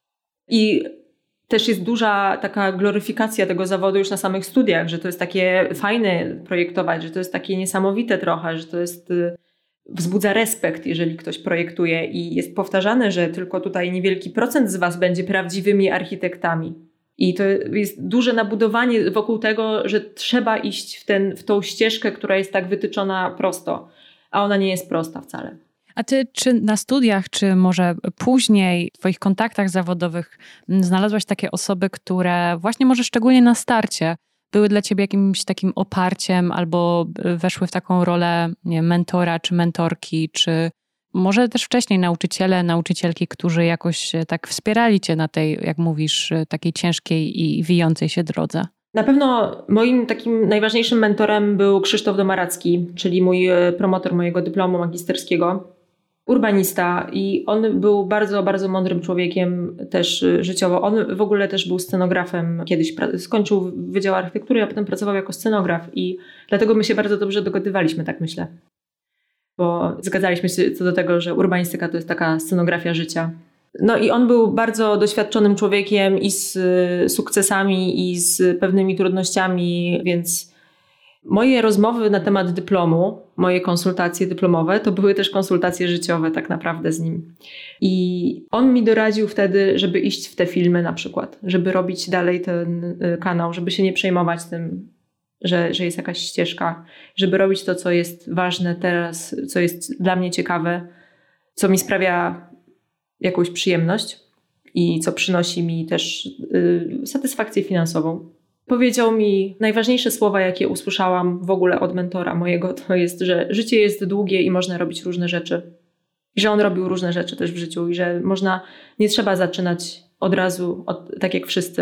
i też jest duża taka gloryfikacja tego zawodu już na samych studiach, że to jest takie fajne projektować, że to jest takie niesamowite trochę, że to jest wzbudza respekt, jeżeli ktoś projektuje i jest powtarzane, że tylko tutaj niewielki procent z was będzie prawdziwymi architektami. I to jest duże nabudowanie wokół tego, że trzeba iść w, ten, w tą ścieżkę, która jest tak wytyczona prosto, a ona nie jest prosta wcale. A ty czy na studiach, czy może później w twoich kontaktach zawodowych znalazłaś takie osoby, które właśnie może szczególnie na starcie były dla ciebie jakimś takim oparciem albo weszły w taką rolę, nie wiem, mentora czy mentorki, czy może też wcześniej nauczyciele, nauczycielki, którzy jakoś tak wspierali cię na tej, jak mówisz, takiej ciężkiej i wijącej się drodze? Na pewno moim takim najważniejszym mentorem był Krzysztof Domaracki, czyli mój promotor mojego dyplomu magisterskiego, urbanista, i on był bardzo, bardzo mądrym człowiekiem też życiowo. On w ogóle też był scenografem kiedyś, skończył Wydział Architektury, a potem pracował jako scenograf i dlatego my się bardzo dobrze dogadywaliśmy, tak myślę. Bo zgadzaliśmy się co do tego, że urbanistyka to jest taka scenografia życia. No i on był bardzo doświadczonym człowiekiem i z sukcesami, i z pewnymi trudnościami, więc moje rozmowy na temat dyplomu, moje konsultacje dyplomowe, to były też konsultacje życiowe tak naprawdę z nim. I on mi doradził wtedy, żeby iść w te filmy na przykład, żeby robić dalej ten kanał, żeby się nie przejmować tym, że, że jest jakaś ścieżka, żeby robić to, co jest ważne teraz, co jest dla mnie ciekawe, co mi sprawia jakąś przyjemność i co przynosi mi też y, satysfakcję finansową. Powiedział mi najważniejsze słowa, jakie usłyszałam w ogóle od mentora mojego, to jest, że życie jest długie i można robić różne rzeczy. I że on robił różne rzeczy też w życiu i że można, nie trzeba zaczynać od razu, od, tak jak wszyscy.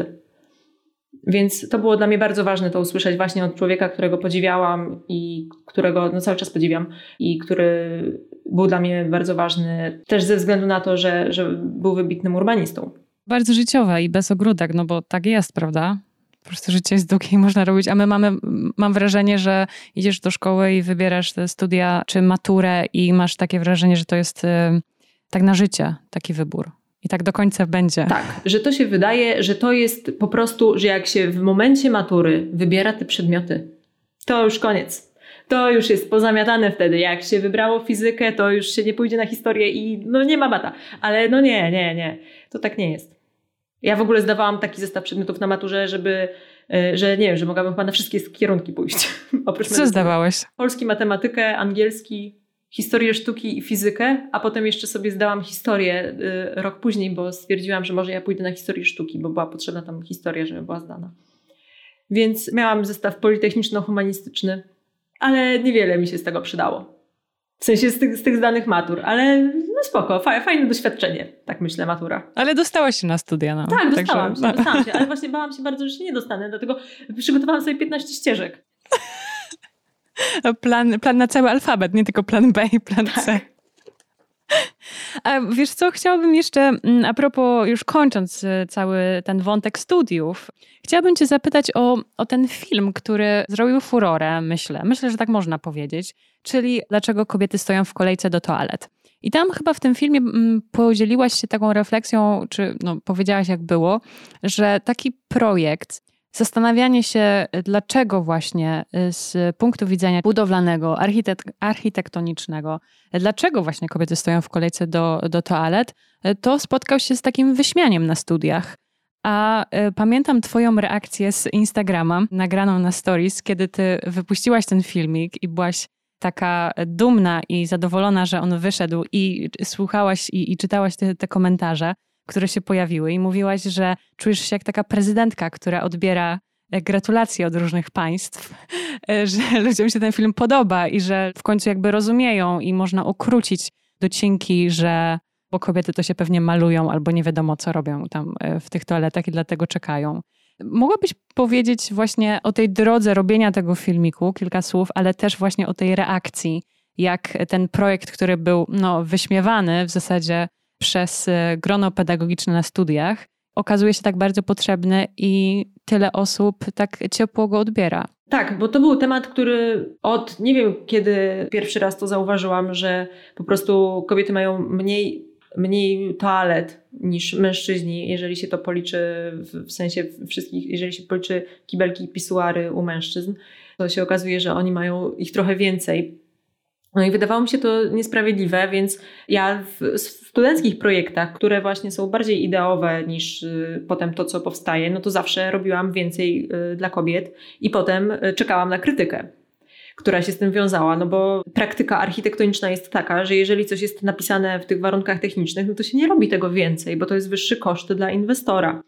Więc to było dla mnie bardzo ważne to usłyszeć właśnie od człowieka, którego podziwiałam i którego no, cały czas podziwiam i który był dla mnie bardzo ważny też ze względu na to, że, że był wybitnym urbanistą. Bardzo życiowe i bez ogródek, no bo tak jest, prawda? Po prostu życie jest długie i można robić, a my mamy, mam wrażenie, że idziesz do szkoły i wybierasz te studia czy maturę i masz takie wrażenie, że to jest y, tak na życie taki wybór. I tak do końca będzie. Tak, że to się wydaje, że to jest po prostu, że jak się w momencie matury wybiera te przedmioty, to już koniec. To już jest pozamiatane wtedy. Jak się wybrało fizykę, to już się nie pójdzie na historię i no nie ma bata. Ale no nie, nie, nie. To tak nie jest. Ja w ogóle zdawałam taki zestaw przedmiotów na maturze, żeby, że nie wiem, że mogłabym chyba na wszystkie kierunki pójść. Oprócz Co medycyny. zdawałeś? Polski, matematykę, angielski, historię sztuki i fizykę, a potem jeszcze sobie zdałam historię y, rok później, bo stwierdziłam, że może ja pójdę na historię sztuki, bo była potrzebna tam historia, żeby była zdana. Więc miałam zestaw politechniczno-humanistyczny, ale niewiele mi się z tego przydało. W sensie z tych, z tych zdanych matur, ale no spoko, fa- fajne doświadczenie, tak myślę, matura. Ale dostałaś się na studia. No. Tak, dostałam Także... się, dostałam się, ale właśnie bałam się bardzo, że się nie dostanę, dlatego przygotowałam sobie piętnaście ścieżek. Plan, plan na cały alfabet, nie tylko plan B i plan C. Tak. A wiesz co, chciałabym jeszcze, a propos już kończąc cały ten wątek studiów, chciałabym cię zapytać o, o ten film, który zrobił furorę, myślę. Myślę, że tak można powiedzieć, czyli Dlaczego kobiety stoją w kolejce do toalet. I tam chyba w tym filmie podzieliłaś się taką refleksją, czy no, powiedziałaś jak było, że taki projekt, zastanawianie się, dlaczego właśnie z punktu widzenia budowlanego, architek- architektonicznego, dlaczego właśnie kobiety stoją w kolejce do, do toalet, to spotkał się z takim wyśmianiem na studiach. A y, pamiętam twoją reakcję z Instagrama, nagraną na stories, kiedy ty wypuściłaś ten filmik i byłaś taka dumna i zadowolona, że on wyszedł i słuchałaś i, i czytałaś te, te komentarze, które się pojawiły i mówiłaś, że czujesz się jak taka prezydentka, która odbiera gratulacje od różnych państw, że ludziom się ten film podoba i że w końcu jakby rozumieją i można ukrócić docinki, że bo kobiety to się pewnie malują albo nie wiadomo co robią tam w tych toaletach i dlatego czekają. Mogłabyś powiedzieć właśnie o tej drodze robienia tego filmiku, kilka słów, ale też właśnie o tej reakcji, jak ten projekt, który był no, wyśmiewany w zasadzie przez grono pedagogiczne na studiach, okazuje się tak bardzo potrzebny i tyle osób tak ciepło go odbiera. Tak, bo to był temat, który od, nie wiem kiedy pierwszy raz to zauważyłam, że po prostu kobiety mają mniej, mniej toalet niż mężczyźni, jeżeli się to policzy w, w sensie wszystkich, jeżeli się policzy kibelki i pisuary u mężczyzn, to się okazuje, że oni mają ich trochę więcej. No i wydawało mi się to niesprawiedliwe, więc ja w studenckich projektach, które właśnie są bardziej ideowe niż y, potem to, co powstaje, no to zawsze robiłam więcej y, dla kobiet i potem y, czekałam na krytykę, która się z tym wiązała, no bo praktyka architektoniczna jest taka, że jeżeli coś jest napisane w tych warunkach technicznych, no to się nie robi tego więcej, bo to jest wyższy koszt dla inwestora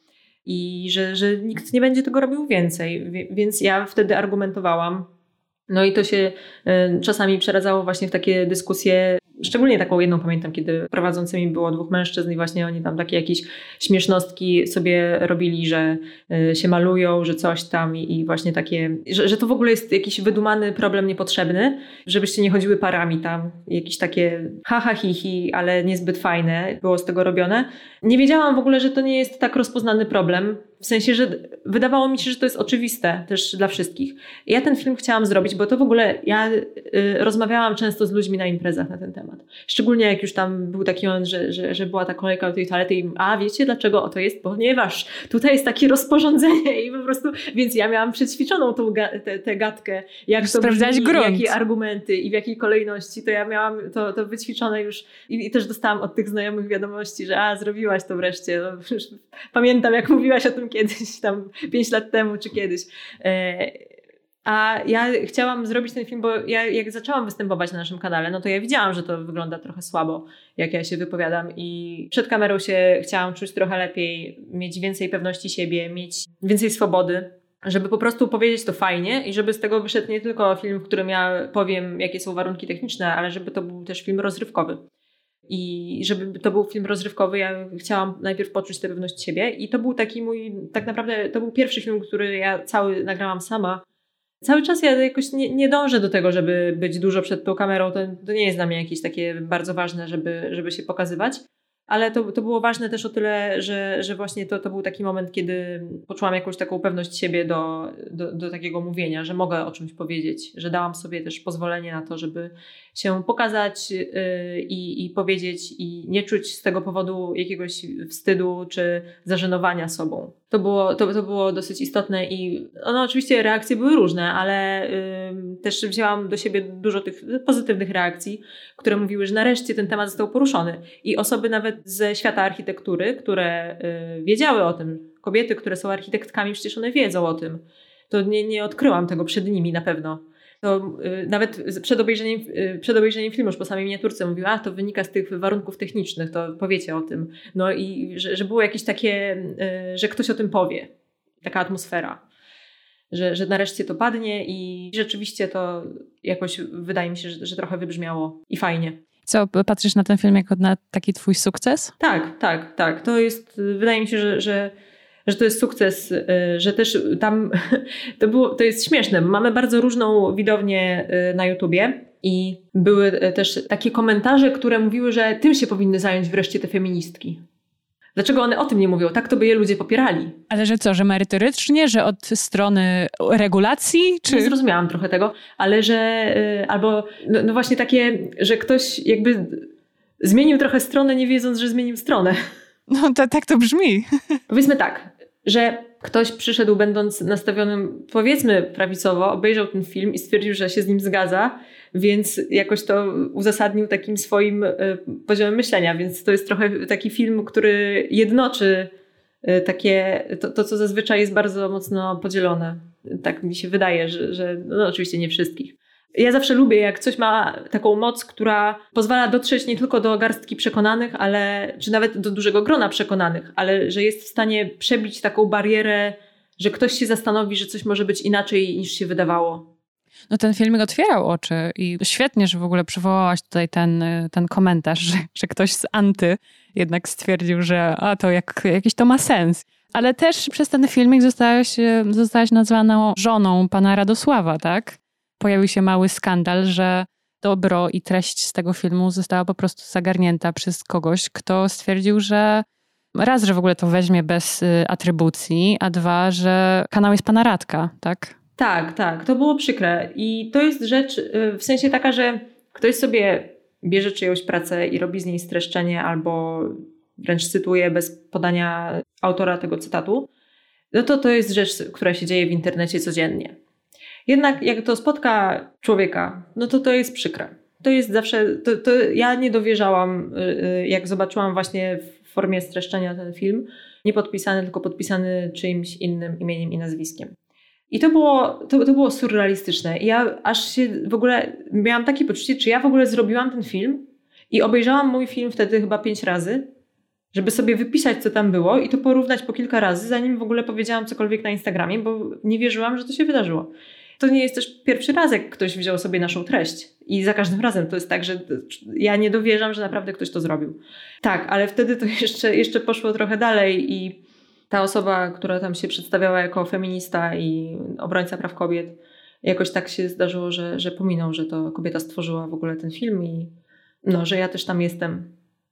i że, że nikt nie będzie tego robił więcej, więc ja wtedy argumentowałam. No i to się y, czasami przeradzało właśnie w takie dyskusje, szczególnie taką jedną pamiętam, kiedy prowadzącymi było dwóch mężczyzn i właśnie oni tam takie jakieś śmiesznostki sobie robili, że y, się malują, że coś tam i, i właśnie takie, że, że to w ogóle jest jakiś wydumany problem niepotrzebny, żebyście nie chodziły parami tam, jakieś takie ha ha hi hi, ale niezbyt fajne było z tego robione. Nie wiedziałam w ogóle, że to nie jest tak rozpoznany problem. W sensie, że wydawało mi się, że to jest oczywiste też dla wszystkich. Ja ten film chciałam zrobić, bo to w ogóle ja y, rozmawiałam często z ludźmi na imprezach na ten temat. Szczególnie jak już tam był taki moment, że, że, że była ta kolejka do tej toalety i a wiecie dlaczego o to jest? Ponieważ tutaj jest takie rozporządzenie i po prostu, więc ja miałam przećwiczoną tą ga- te, tę gadkę, jak to brzmi, jakie argumenty i w jakiej kolejności, to ja miałam to, to wyćwiczone już i, i też dostałam od tych znajomych wiadomości, że a zrobiłaś to wreszcie. No, już pamiętam jak mówiłaś o tym kiedyś, tam pięć lat temu czy kiedyś. A ja chciałam zrobić ten film, bo ja jak zaczęłam występować na naszym kanale, no to ja widziałam, że to wygląda trochę słabo, jak ja się wypowiadam i przed kamerą się chciałam czuć trochę lepiej, mieć więcej pewności siebie, mieć więcej swobody, żeby po prostu powiedzieć to fajnie i żeby z tego wyszedł nie tylko film, w którym ja powiem, jakie są warunki techniczne, ale żeby to był też film rozrywkowy. I żeby to był film rozrywkowy, ja chciałam najpierw poczuć tę pewność siebie i to był taki mój, tak naprawdę to był pierwszy film, który ja cały nagrałam sama. Cały czas ja jakoś nie, nie dążę do tego, żeby być dużo przed tą kamerą, to, to nie jest dla mnie jakieś takie bardzo ważne, żeby, żeby się pokazywać. Ale to, to było ważne też o tyle, że, że właśnie to, to był taki moment, kiedy poczułam jakąś taką pewność siebie do, do, do takiego mówienia, że mogę o czymś powiedzieć, że dałam sobie też pozwolenie na to, żeby się pokazać yy, i, i powiedzieć i nie czuć z tego powodu jakiegoś wstydu czy zażenowania sobą. To było, to, to było dosyć istotne i no, oczywiście reakcje były różne, ale yy, też wzięłam do siebie dużo tych pozytywnych reakcji, które mówiły, że nareszcie ten temat został poruszony. I osoby nawet ze świata architektury, które y, wiedziały o tym, kobiety, które są architektkami, przecież one wiedzą o tym. To nie, nie odkryłam tego przed nimi na pewno. To y, nawet przed obejrzeniem, y, przed obejrzeniem filmu, już po samej miniaturce mówiła, a to wynika z tych warunków technicznych, to powiecie o tym. No i że, że było jakieś takie, y, że ktoś o tym powie. Taka atmosfera. Że, że nareszcie to padnie i rzeczywiście to jakoś wydaje mi się, że, że trochę wybrzmiało i fajnie. Co, patrzysz na ten film jako na taki twój sukces? Tak, tak, tak. To jest, wydaje mi się, że, że, że to jest sukces, że też tam, to, było, to jest śmieszne. Mamy bardzo różną widownię na YouTubie i były też takie komentarze, które mówiły, że tym się powinny zająć wreszcie te feministki. Dlaczego one o tym nie mówią? Tak to by je ludzie popierali. Ale że co, że merytorycznie, że od strony regulacji? Czy... Nie zrozumiałam trochę tego, ale że yy, albo no, no właśnie takie, że ktoś jakby zmienił trochę stronę, nie wiedząc, że zmienił stronę. No to, tak to brzmi. Powiedzmy tak, że ktoś przyszedł będąc nastawionym powiedzmy prawicowo, obejrzał ten film i stwierdził, że się z nim zgadza, więc jakoś to uzasadnił takim swoim y, poziomem myślenia, więc to jest trochę taki film, który jednoczy y, takie, to, to co zazwyczaj jest bardzo mocno podzielone. Tak mi się wydaje, że, że no oczywiście nie wszystkich. Ja zawsze lubię, jak coś ma taką moc, która pozwala dotrzeć nie tylko do garstki przekonanych, ale, czy nawet do dużego grona przekonanych, ale że jest w stanie przebić taką barierę, że ktoś się zastanowi, że coś może być inaczej niż się wydawało. No ten filmik otwierał oczy i świetnie, że w ogóle przywołałaś tutaj ten, ten komentarz, że, że ktoś z anty jednak stwierdził, że a to jak, jakiś to ma sens. Ale też przez ten filmik zostałaś, zostałaś nazwaną żoną pana Radosława, tak? Pojawił się mały skandal, że dobro i treść z tego filmu została po prostu zagarnięta przez kogoś, kto stwierdził, że raz, że w ogóle to weźmie bez atrybucji, a dwa, że kanał jest pana Radka, tak? Tak, tak. To było przykre. I to jest rzecz w sensie taka, że ktoś sobie bierze czyjąś pracę i robi z niej streszczenie albo wręcz cytuje bez podania autora tego cytatu, no to to jest rzecz, która się dzieje w internecie codziennie. Jednak jak to spotka człowieka, no to to jest przykre. To jest zawsze, to, to ja nie dowierzałam, jak zobaczyłam właśnie w formie streszczenia ten film, nie podpisany, tylko podpisany czyimś innym imieniem i nazwiskiem. I to było, to, to było surrealistyczne. I ja aż się w ogóle miałam takie poczucie, czy ja w ogóle zrobiłam ten film i obejrzałam mój film wtedy chyba pięć razy, żeby sobie wypisać, co tam było i to porównać po kilka razy, zanim w ogóle powiedziałam cokolwiek na Instagramie, bo nie wierzyłam, że to się wydarzyło. To nie jest też pierwszy raz, jak ktoś wziął sobie naszą treść. I za każdym razem to jest tak, że ja nie dowierzam, że naprawdę ktoś to zrobił. Tak, ale wtedy to jeszcze, jeszcze poszło trochę dalej i ta osoba, która tam się przedstawiała jako feminista i obrońca praw kobiet, jakoś tak się zdarzyło, że, że pominął, że to kobieta stworzyła w ogóle ten film i no, że ja też tam jestem.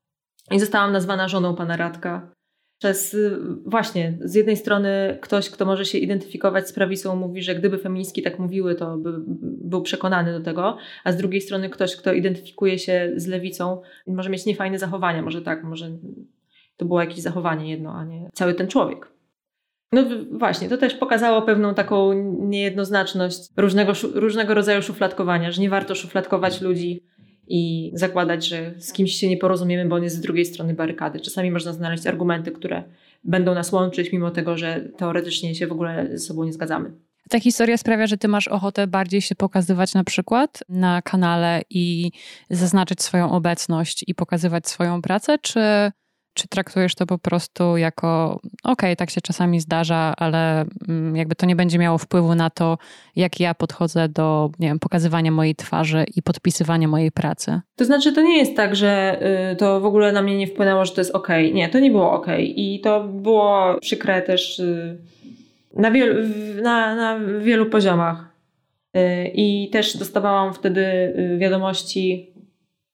I zostałam nazwana żoną pana Radka. Przez właśnie, z jednej strony ktoś, kto może się identyfikować z prawicą, mówi, że gdyby feministki tak mówiły, to by był przekonany do tego, a z drugiej strony ktoś, kto identyfikuje się z lewicą, może mieć niefajne zachowania, może tak, może to było jakieś zachowanie jedno, a nie cały ten człowiek. No właśnie, to też pokazało pewną taką niejednoznaczność różnego, różnego rodzaju szufladkowania, że nie warto szufladkować ludzi i zakładać, że z kimś się nie porozumiemy, bo on jest z drugiej strony barykady. Czasami można znaleźć argumenty, które będą nas łączyć, mimo tego, że teoretycznie się w ogóle ze sobą nie zgadzamy. Ta historia sprawia, że ty masz ochotę bardziej się pokazywać na przykład na kanale i zaznaczyć swoją obecność i pokazywać swoją pracę, czy, czy traktujesz to po prostu jako okej, okay, tak się czasami zdarza, ale jakby to nie będzie miało wpływu na to, jak ja podchodzę do, nie wiem, pokazywania mojej twarzy i podpisywania mojej pracy? To znaczy, to nie jest tak, że y, to w ogóle na mnie nie wpłynęło, że to jest okej. Okay. Nie, to nie było okej. Okay. I to było przykre też y, na, wielu, na, na wielu poziomach. Y, I też dostawałam wtedy y, wiadomości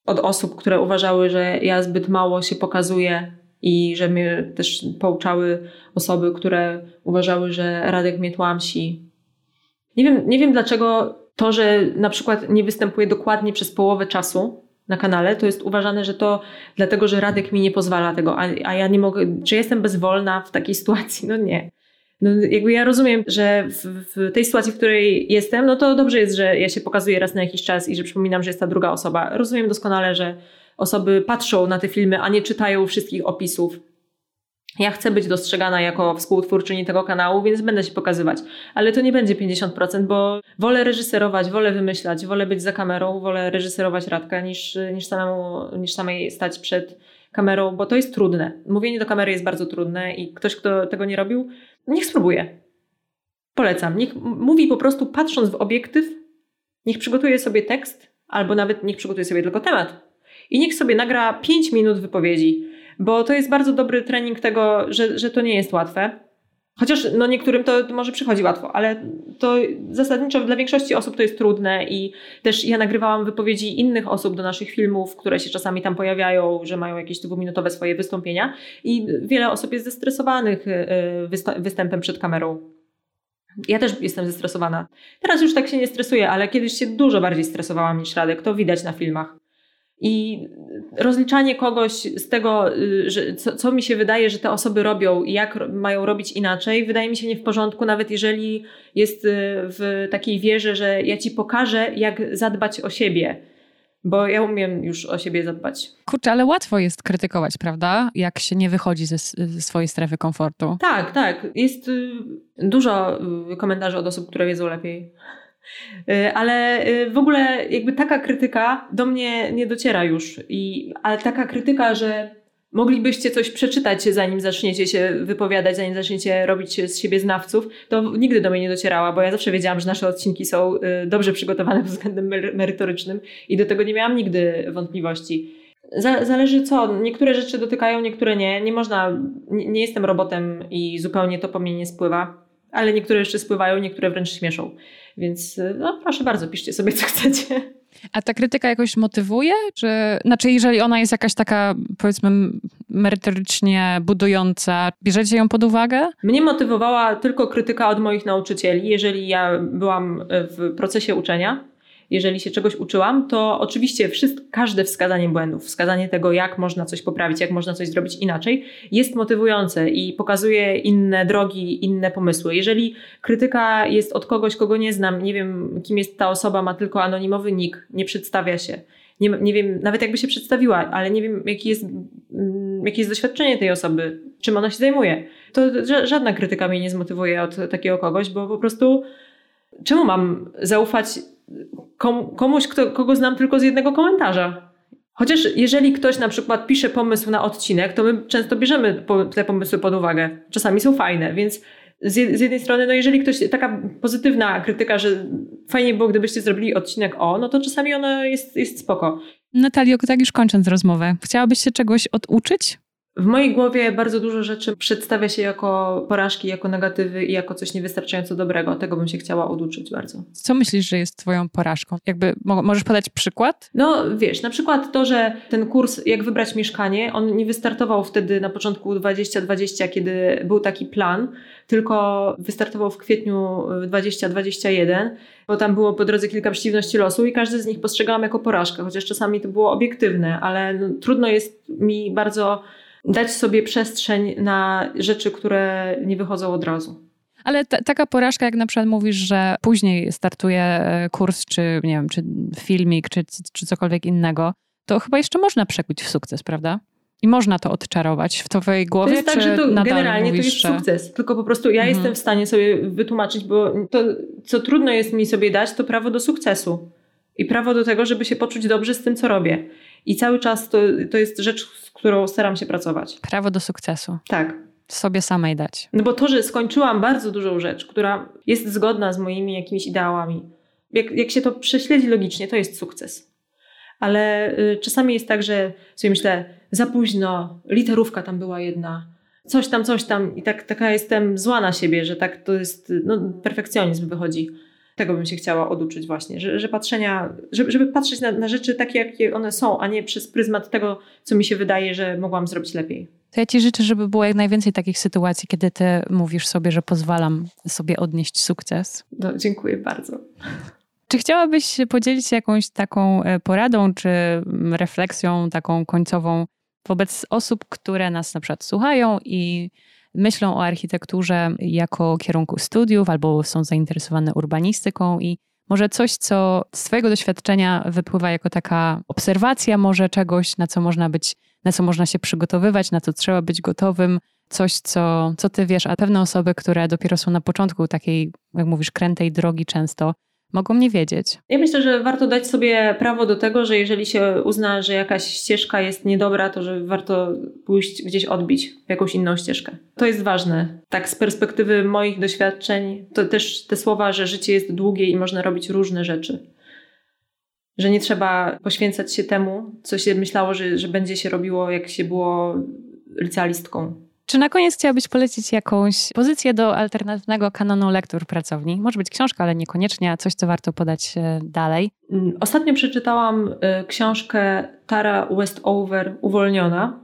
od osób, które uważały, że ja zbyt mało się pokazuję i że mnie też pouczały osoby, które uważały, że Radek mnie tłamsi. Nie wiem, nie wiem dlaczego to, że na przykład nie występuję dokładnie przez połowę czasu na kanale, to jest uważane, że to dlatego, że Radek mi nie pozwala tego, a, a ja nie mogę, czy jestem bezwolna w takiej sytuacji? No nie. No jakby ja rozumiem, że w, w tej sytuacji, w której jestem, no to dobrze jest, że ja się pokazuję raz na jakiś czas i że przypominam, że jest ta druga osoba. Rozumiem doskonale, że osoby patrzą na te filmy, a nie czytają wszystkich opisów. Ja chcę być dostrzegana jako współtwórczyni tego kanału, więc będę się pokazywać. Ale to nie będzie pięćdziesiąt procent, bo wolę reżyserować, wolę wymyślać, wolę być za kamerą, wolę reżyserować Radka niż, niż, samemu, niż samej stać przed kamerą, bo to jest trudne. Mówienie do kamery jest bardzo trudne i ktoś, kto tego nie robił, niech spróbuje. Polecam. Niech mówi po prostu patrząc w obiektyw, niech przygotuje sobie tekst, albo nawet niech przygotuje sobie tylko temat. I niech sobie nagra pięć minut wypowiedzi, bo to jest bardzo dobry trening tego, że, że to nie jest łatwe. Chociaż no niektórym to może przychodzi łatwo, ale to zasadniczo dla większości osób to jest trudne i też ja nagrywałam wypowiedzi innych osób do naszych filmów, które się czasami tam pojawiają, że mają jakieś dwuminutowe swoje wystąpienia i wiele osób jest zestresowanych występem przed kamerą. Ja też jestem zestresowana. Teraz już tak się nie stresuję, ale kiedyś się dużo bardziej stresowałam niż Radek, to widać na filmach. I rozliczanie kogoś z tego, że co, co mi się wydaje, że te osoby robią i jak mają robić inaczej, wydaje mi się nie w porządku, nawet jeżeli jest w takiej wierze, że ja ci pokażę, jak zadbać o siebie. Bo ja umiem już o siebie zadbać. Kurczę, ale łatwo jest krytykować, prawda? Jak się nie wychodzi ze, ze swojej strefy komfortu. Tak, tak. Jest dużo komentarzy od osób, które wiedzą lepiej. Ale w ogóle jakby taka krytyka do mnie nie dociera już. I, ale taka krytyka, że moglibyście coś przeczytać, zanim zaczniecie się wypowiadać, zanim zaczniecie robić z siebie znawców, to nigdy do mnie nie docierała, bo ja zawsze wiedziałam, że nasze odcinki są dobrze przygotowane pod względem merytorycznym i do tego nie miałam nigdy wątpliwości. Zależy co, niektóre rzeczy dotykają, niektóre nie. Nie można, nie, nie jestem robotem i zupełnie to po mnie nie spływa, ale niektóre jeszcze spływają, niektóre wręcz śmieszą. Więc no proszę bardzo, piszcie sobie co chcecie. A ta krytyka jakoś motywuje? Czy, znaczy jeżeli ona jest jakaś taka, powiedzmy, merytorycznie budująca, bierzecie ją pod uwagę? Mnie motywowała tylko krytyka od moich nauczycieli. Jeżeli ja byłam w procesie uczenia, jeżeli się czegoś uczyłam, to oczywiście wszystko, każde wskazanie błędów, wskazanie tego, jak można coś poprawić, jak można coś zrobić inaczej, jest motywujące i pokazuje inne drogi, inne pomysły. Jeżeli krytyka jest od kogoś, kogo nie znam, nie wiem, kim jest ta osoba, ma tylko anonimowy nick, nie przedstawia się, nie, nie wiem, nawet jakby się przedstawiła, ale nie wiem, jaki jest, jakie jest doświadczenie tej osoby, czym ona się zajmuje, to żadna krytyka mnie nie zmotywuje od takiego kogoś, bo po prostu czemu mam zaufać komuś, kto, kogo znam tylko z jednego komentarza? Chociaż jeżeli ktoś na przykład pisze pomysł na odcinek, to my często bierzemy te pomysły pod uwagę. Czasami są fajne, więc z jednej strony, no jeżeli ktoś, taka pozytywna krytyka, że fajnie było, gdybyście zrobili odcinek o, no to czasami ona jest, jest spoko. Natalio, tak już kończąc rozmowę, chciałabyś się czegoś oduczyć? W mojej głowie bardzo dużo rzeczy przedstawia się jako porażki, jako negatywy i jako coś niewystarczająco dobrego. Tego bym się chciała oduczyć bardzo. Co myślisz, że jest twoją porażką? Jakby możesz podać przykład? No wiesz, na przykład to, że ten kurs Jak wybrać mieszkanie, on nie wystartował wtedy na początku dwudziestego dwudziestego, kiedy był taki plan, tylko wystartował w kwietniu dwudziestego dwudziestego pierwszego, bo tam było po drodze kilka przeciwności losu i każdy z nich postrzegałam jako porażkę, chociaż czasami to było obiektywne, ale no, trudno jest mi bardzo dać sobie przestrzeń na rzeczy, które nie wychodzą od razu. Ale t- taka porażka, jak na przykład mówisz, że później startuje kurs, czy nie wiem, czy filmik, czy, czy cokolwiek innego, to chyba jeszcze można przekuć w sukces, prawda? I można to odczarować w twojej głowie, to jest tak, czy że to nadal generalnie mówisz, to jest że... sukces. Tylko po prostu ja mhm. jestem w stanie sobie wytłumaczyć, bo to, co trudno jest mi sobie dać, to prawo do sukcesu. I prawo do tego, żeby się poczuć dobrze z tym, co robię. I cały czas to, to jest rzecz, z którą staram się pracować. Prawo do sukcesu. Tak. Sobie samej dać. No bo to, że skończyłam bardzo dużą rzecz, która jest zgodna z moimi jakimiś ideałami. Jak, jak się to prześledzi logicznie, to jest sukces. Ale y, czasami jest tak, że sobie myślę, za późno, literówka tam była jedna, coś tam, coś tam i tak, taka jestem zła na siebie, że tak to jest, no perfekcjonizm wychodzi. tego bym się chciała oduczyć właśnie, że, że patrzenia, żeby, żeby patrzeć na, na rzeczy takie, jakie one są, a nie przez pryzmat tego, co mi się wydaje, że mogłam zrobić lepiej. To ja ci życzę, żeby było jak najwięcej takich sytuacji, kiedy ty mówisz sobie, że pozwalam sobie odnieść sukces. No, dziękuję bardzo. Czy chciałabyś podzielić się jakąś taką poradą, czy refleksją taką końcową wobec osób, które nas na przykład słuchają i myślą o architekturze jako kierunku studiów albo są zainteresowane urbanistyką i może coś, co z twojego doświadczenia wypływa jako taka obserwacja może czegoś, na co można być, na co można się przygotowywać, na co trzeba być gotowym, coś, co, co ty wiesz, a pewne osoby, które dopiero są na początku takiej, jak mówisz, krętej drogi często, mogą nie wiedzieć. Ja myślę, że warto dać sobie prawo do tego, że jeżeli się uzna, że jakaś ścieżka jest niedobra, to że warto pójść gdzieś odbić w jakąś inną ścieżkę. To jest ważne. Tak z perspektywy moich doświadczeń, to też te słowa, że życie jest długie i można robić różne rzeczy. Że nie trzeba poświęcać się temu, co się myślało, że, że będzie się robiło, jak się było licealistką. Czy na koniec chciałabyś polecić jakąś pozycję do alternatywnego kanonu lektur pracowni? Może być książka, ale niekoniecznie coś, co warto podać dalej. Ostatnio przeczytałam książkę Tara Westover Uwolniona.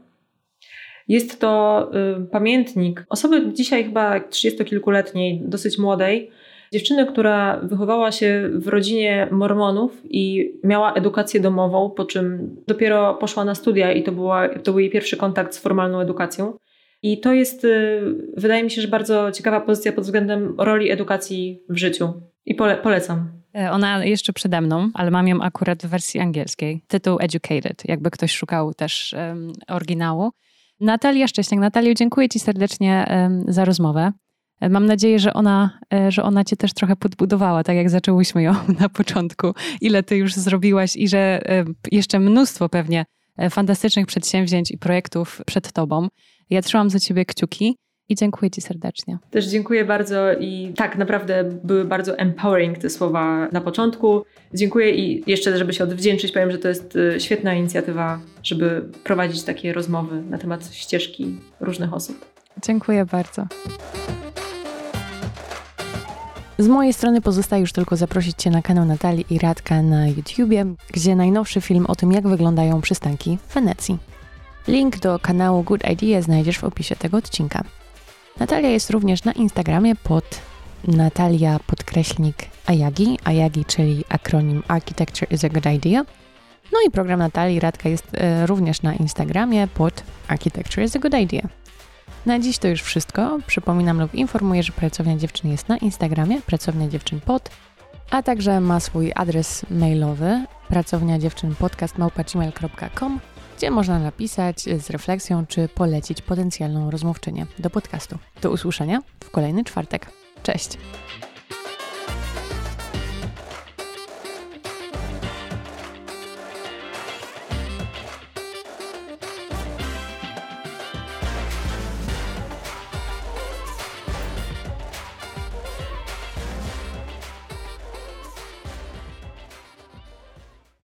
Jest to pamiętnik osoby dzisiaj chyba trzydziestokilkuletniej, dosyć młodej, dziewczyny, która wychowała się w rodzinie mormonów i miała edukację domową, po czym dopiero poszła na studia i to, była, to był jej pierwszy kontakt z formalną edukacją. I to jest, wydaje mi się, że bardzo ciekawa pozycja pod względem roli edukacji w życiu. I pole, polecam. Ona jeszcze przede mną, ale mam ją akurat w wersji angielskiej. Tytuł Educated, jakby ktoś szukał też um, oryginału. Natalia Szcześniak. Natalio, dziękuję ci serdecznie um, za rozmowę. Mam nadzieję, że ona, że ona cię też trochę podbudowała, tak jak zaczęłyśmy ją na początku. Ile ty już zrobiłaś i że um, jeszcze mnóstwo pewnie fantastycznych przedsięwzięć i projektów przed tobą. Ja trzymam za ciebie kciuki i dziękuję ci serdecznie. Też dziękuję bardzo i tak naprawdę były bardzo empowering te słowa na początku. Dziękuję i jeszcze, żeby się odwdzięczyć, powiem, że to jest świetna inicjatywa, żeby prowadzić takie rozmowy na temat ścieżki różnych osób. Dziękuję bardzo. Z mojej strony pozostaje już tylko zaprosić cię na kanał Natalii i Radka na YouTubie, gdzie najnowszy film o tym, jak wyglądają przystanki w Wenecji. Link do kanału Good Idea znajdziesz w opisie tego odcinka. Natalia jest również na Instagramie pod Natalia podkreślnik Ayagi, Ayagi, czyli akronim Architecture is a Good Idea. No i program Natalii Radka jest e, również na Instagramie pod Architecture is a Good Idea. Na dziś to już wszystko. Przypominam lub informuję, że Pracownia Dziewczyn jest na Instagramie, Pracownia Dziewczyn Pod, a także ma swój adres mailowy pracownia dziewczyn podcast małpa gmail kropka com, gdzie można napisać z refleksją, czy polecić potencjalną rozmówczynię do podcastu. Do usłyszenia w kolejny czwartek. Cześć!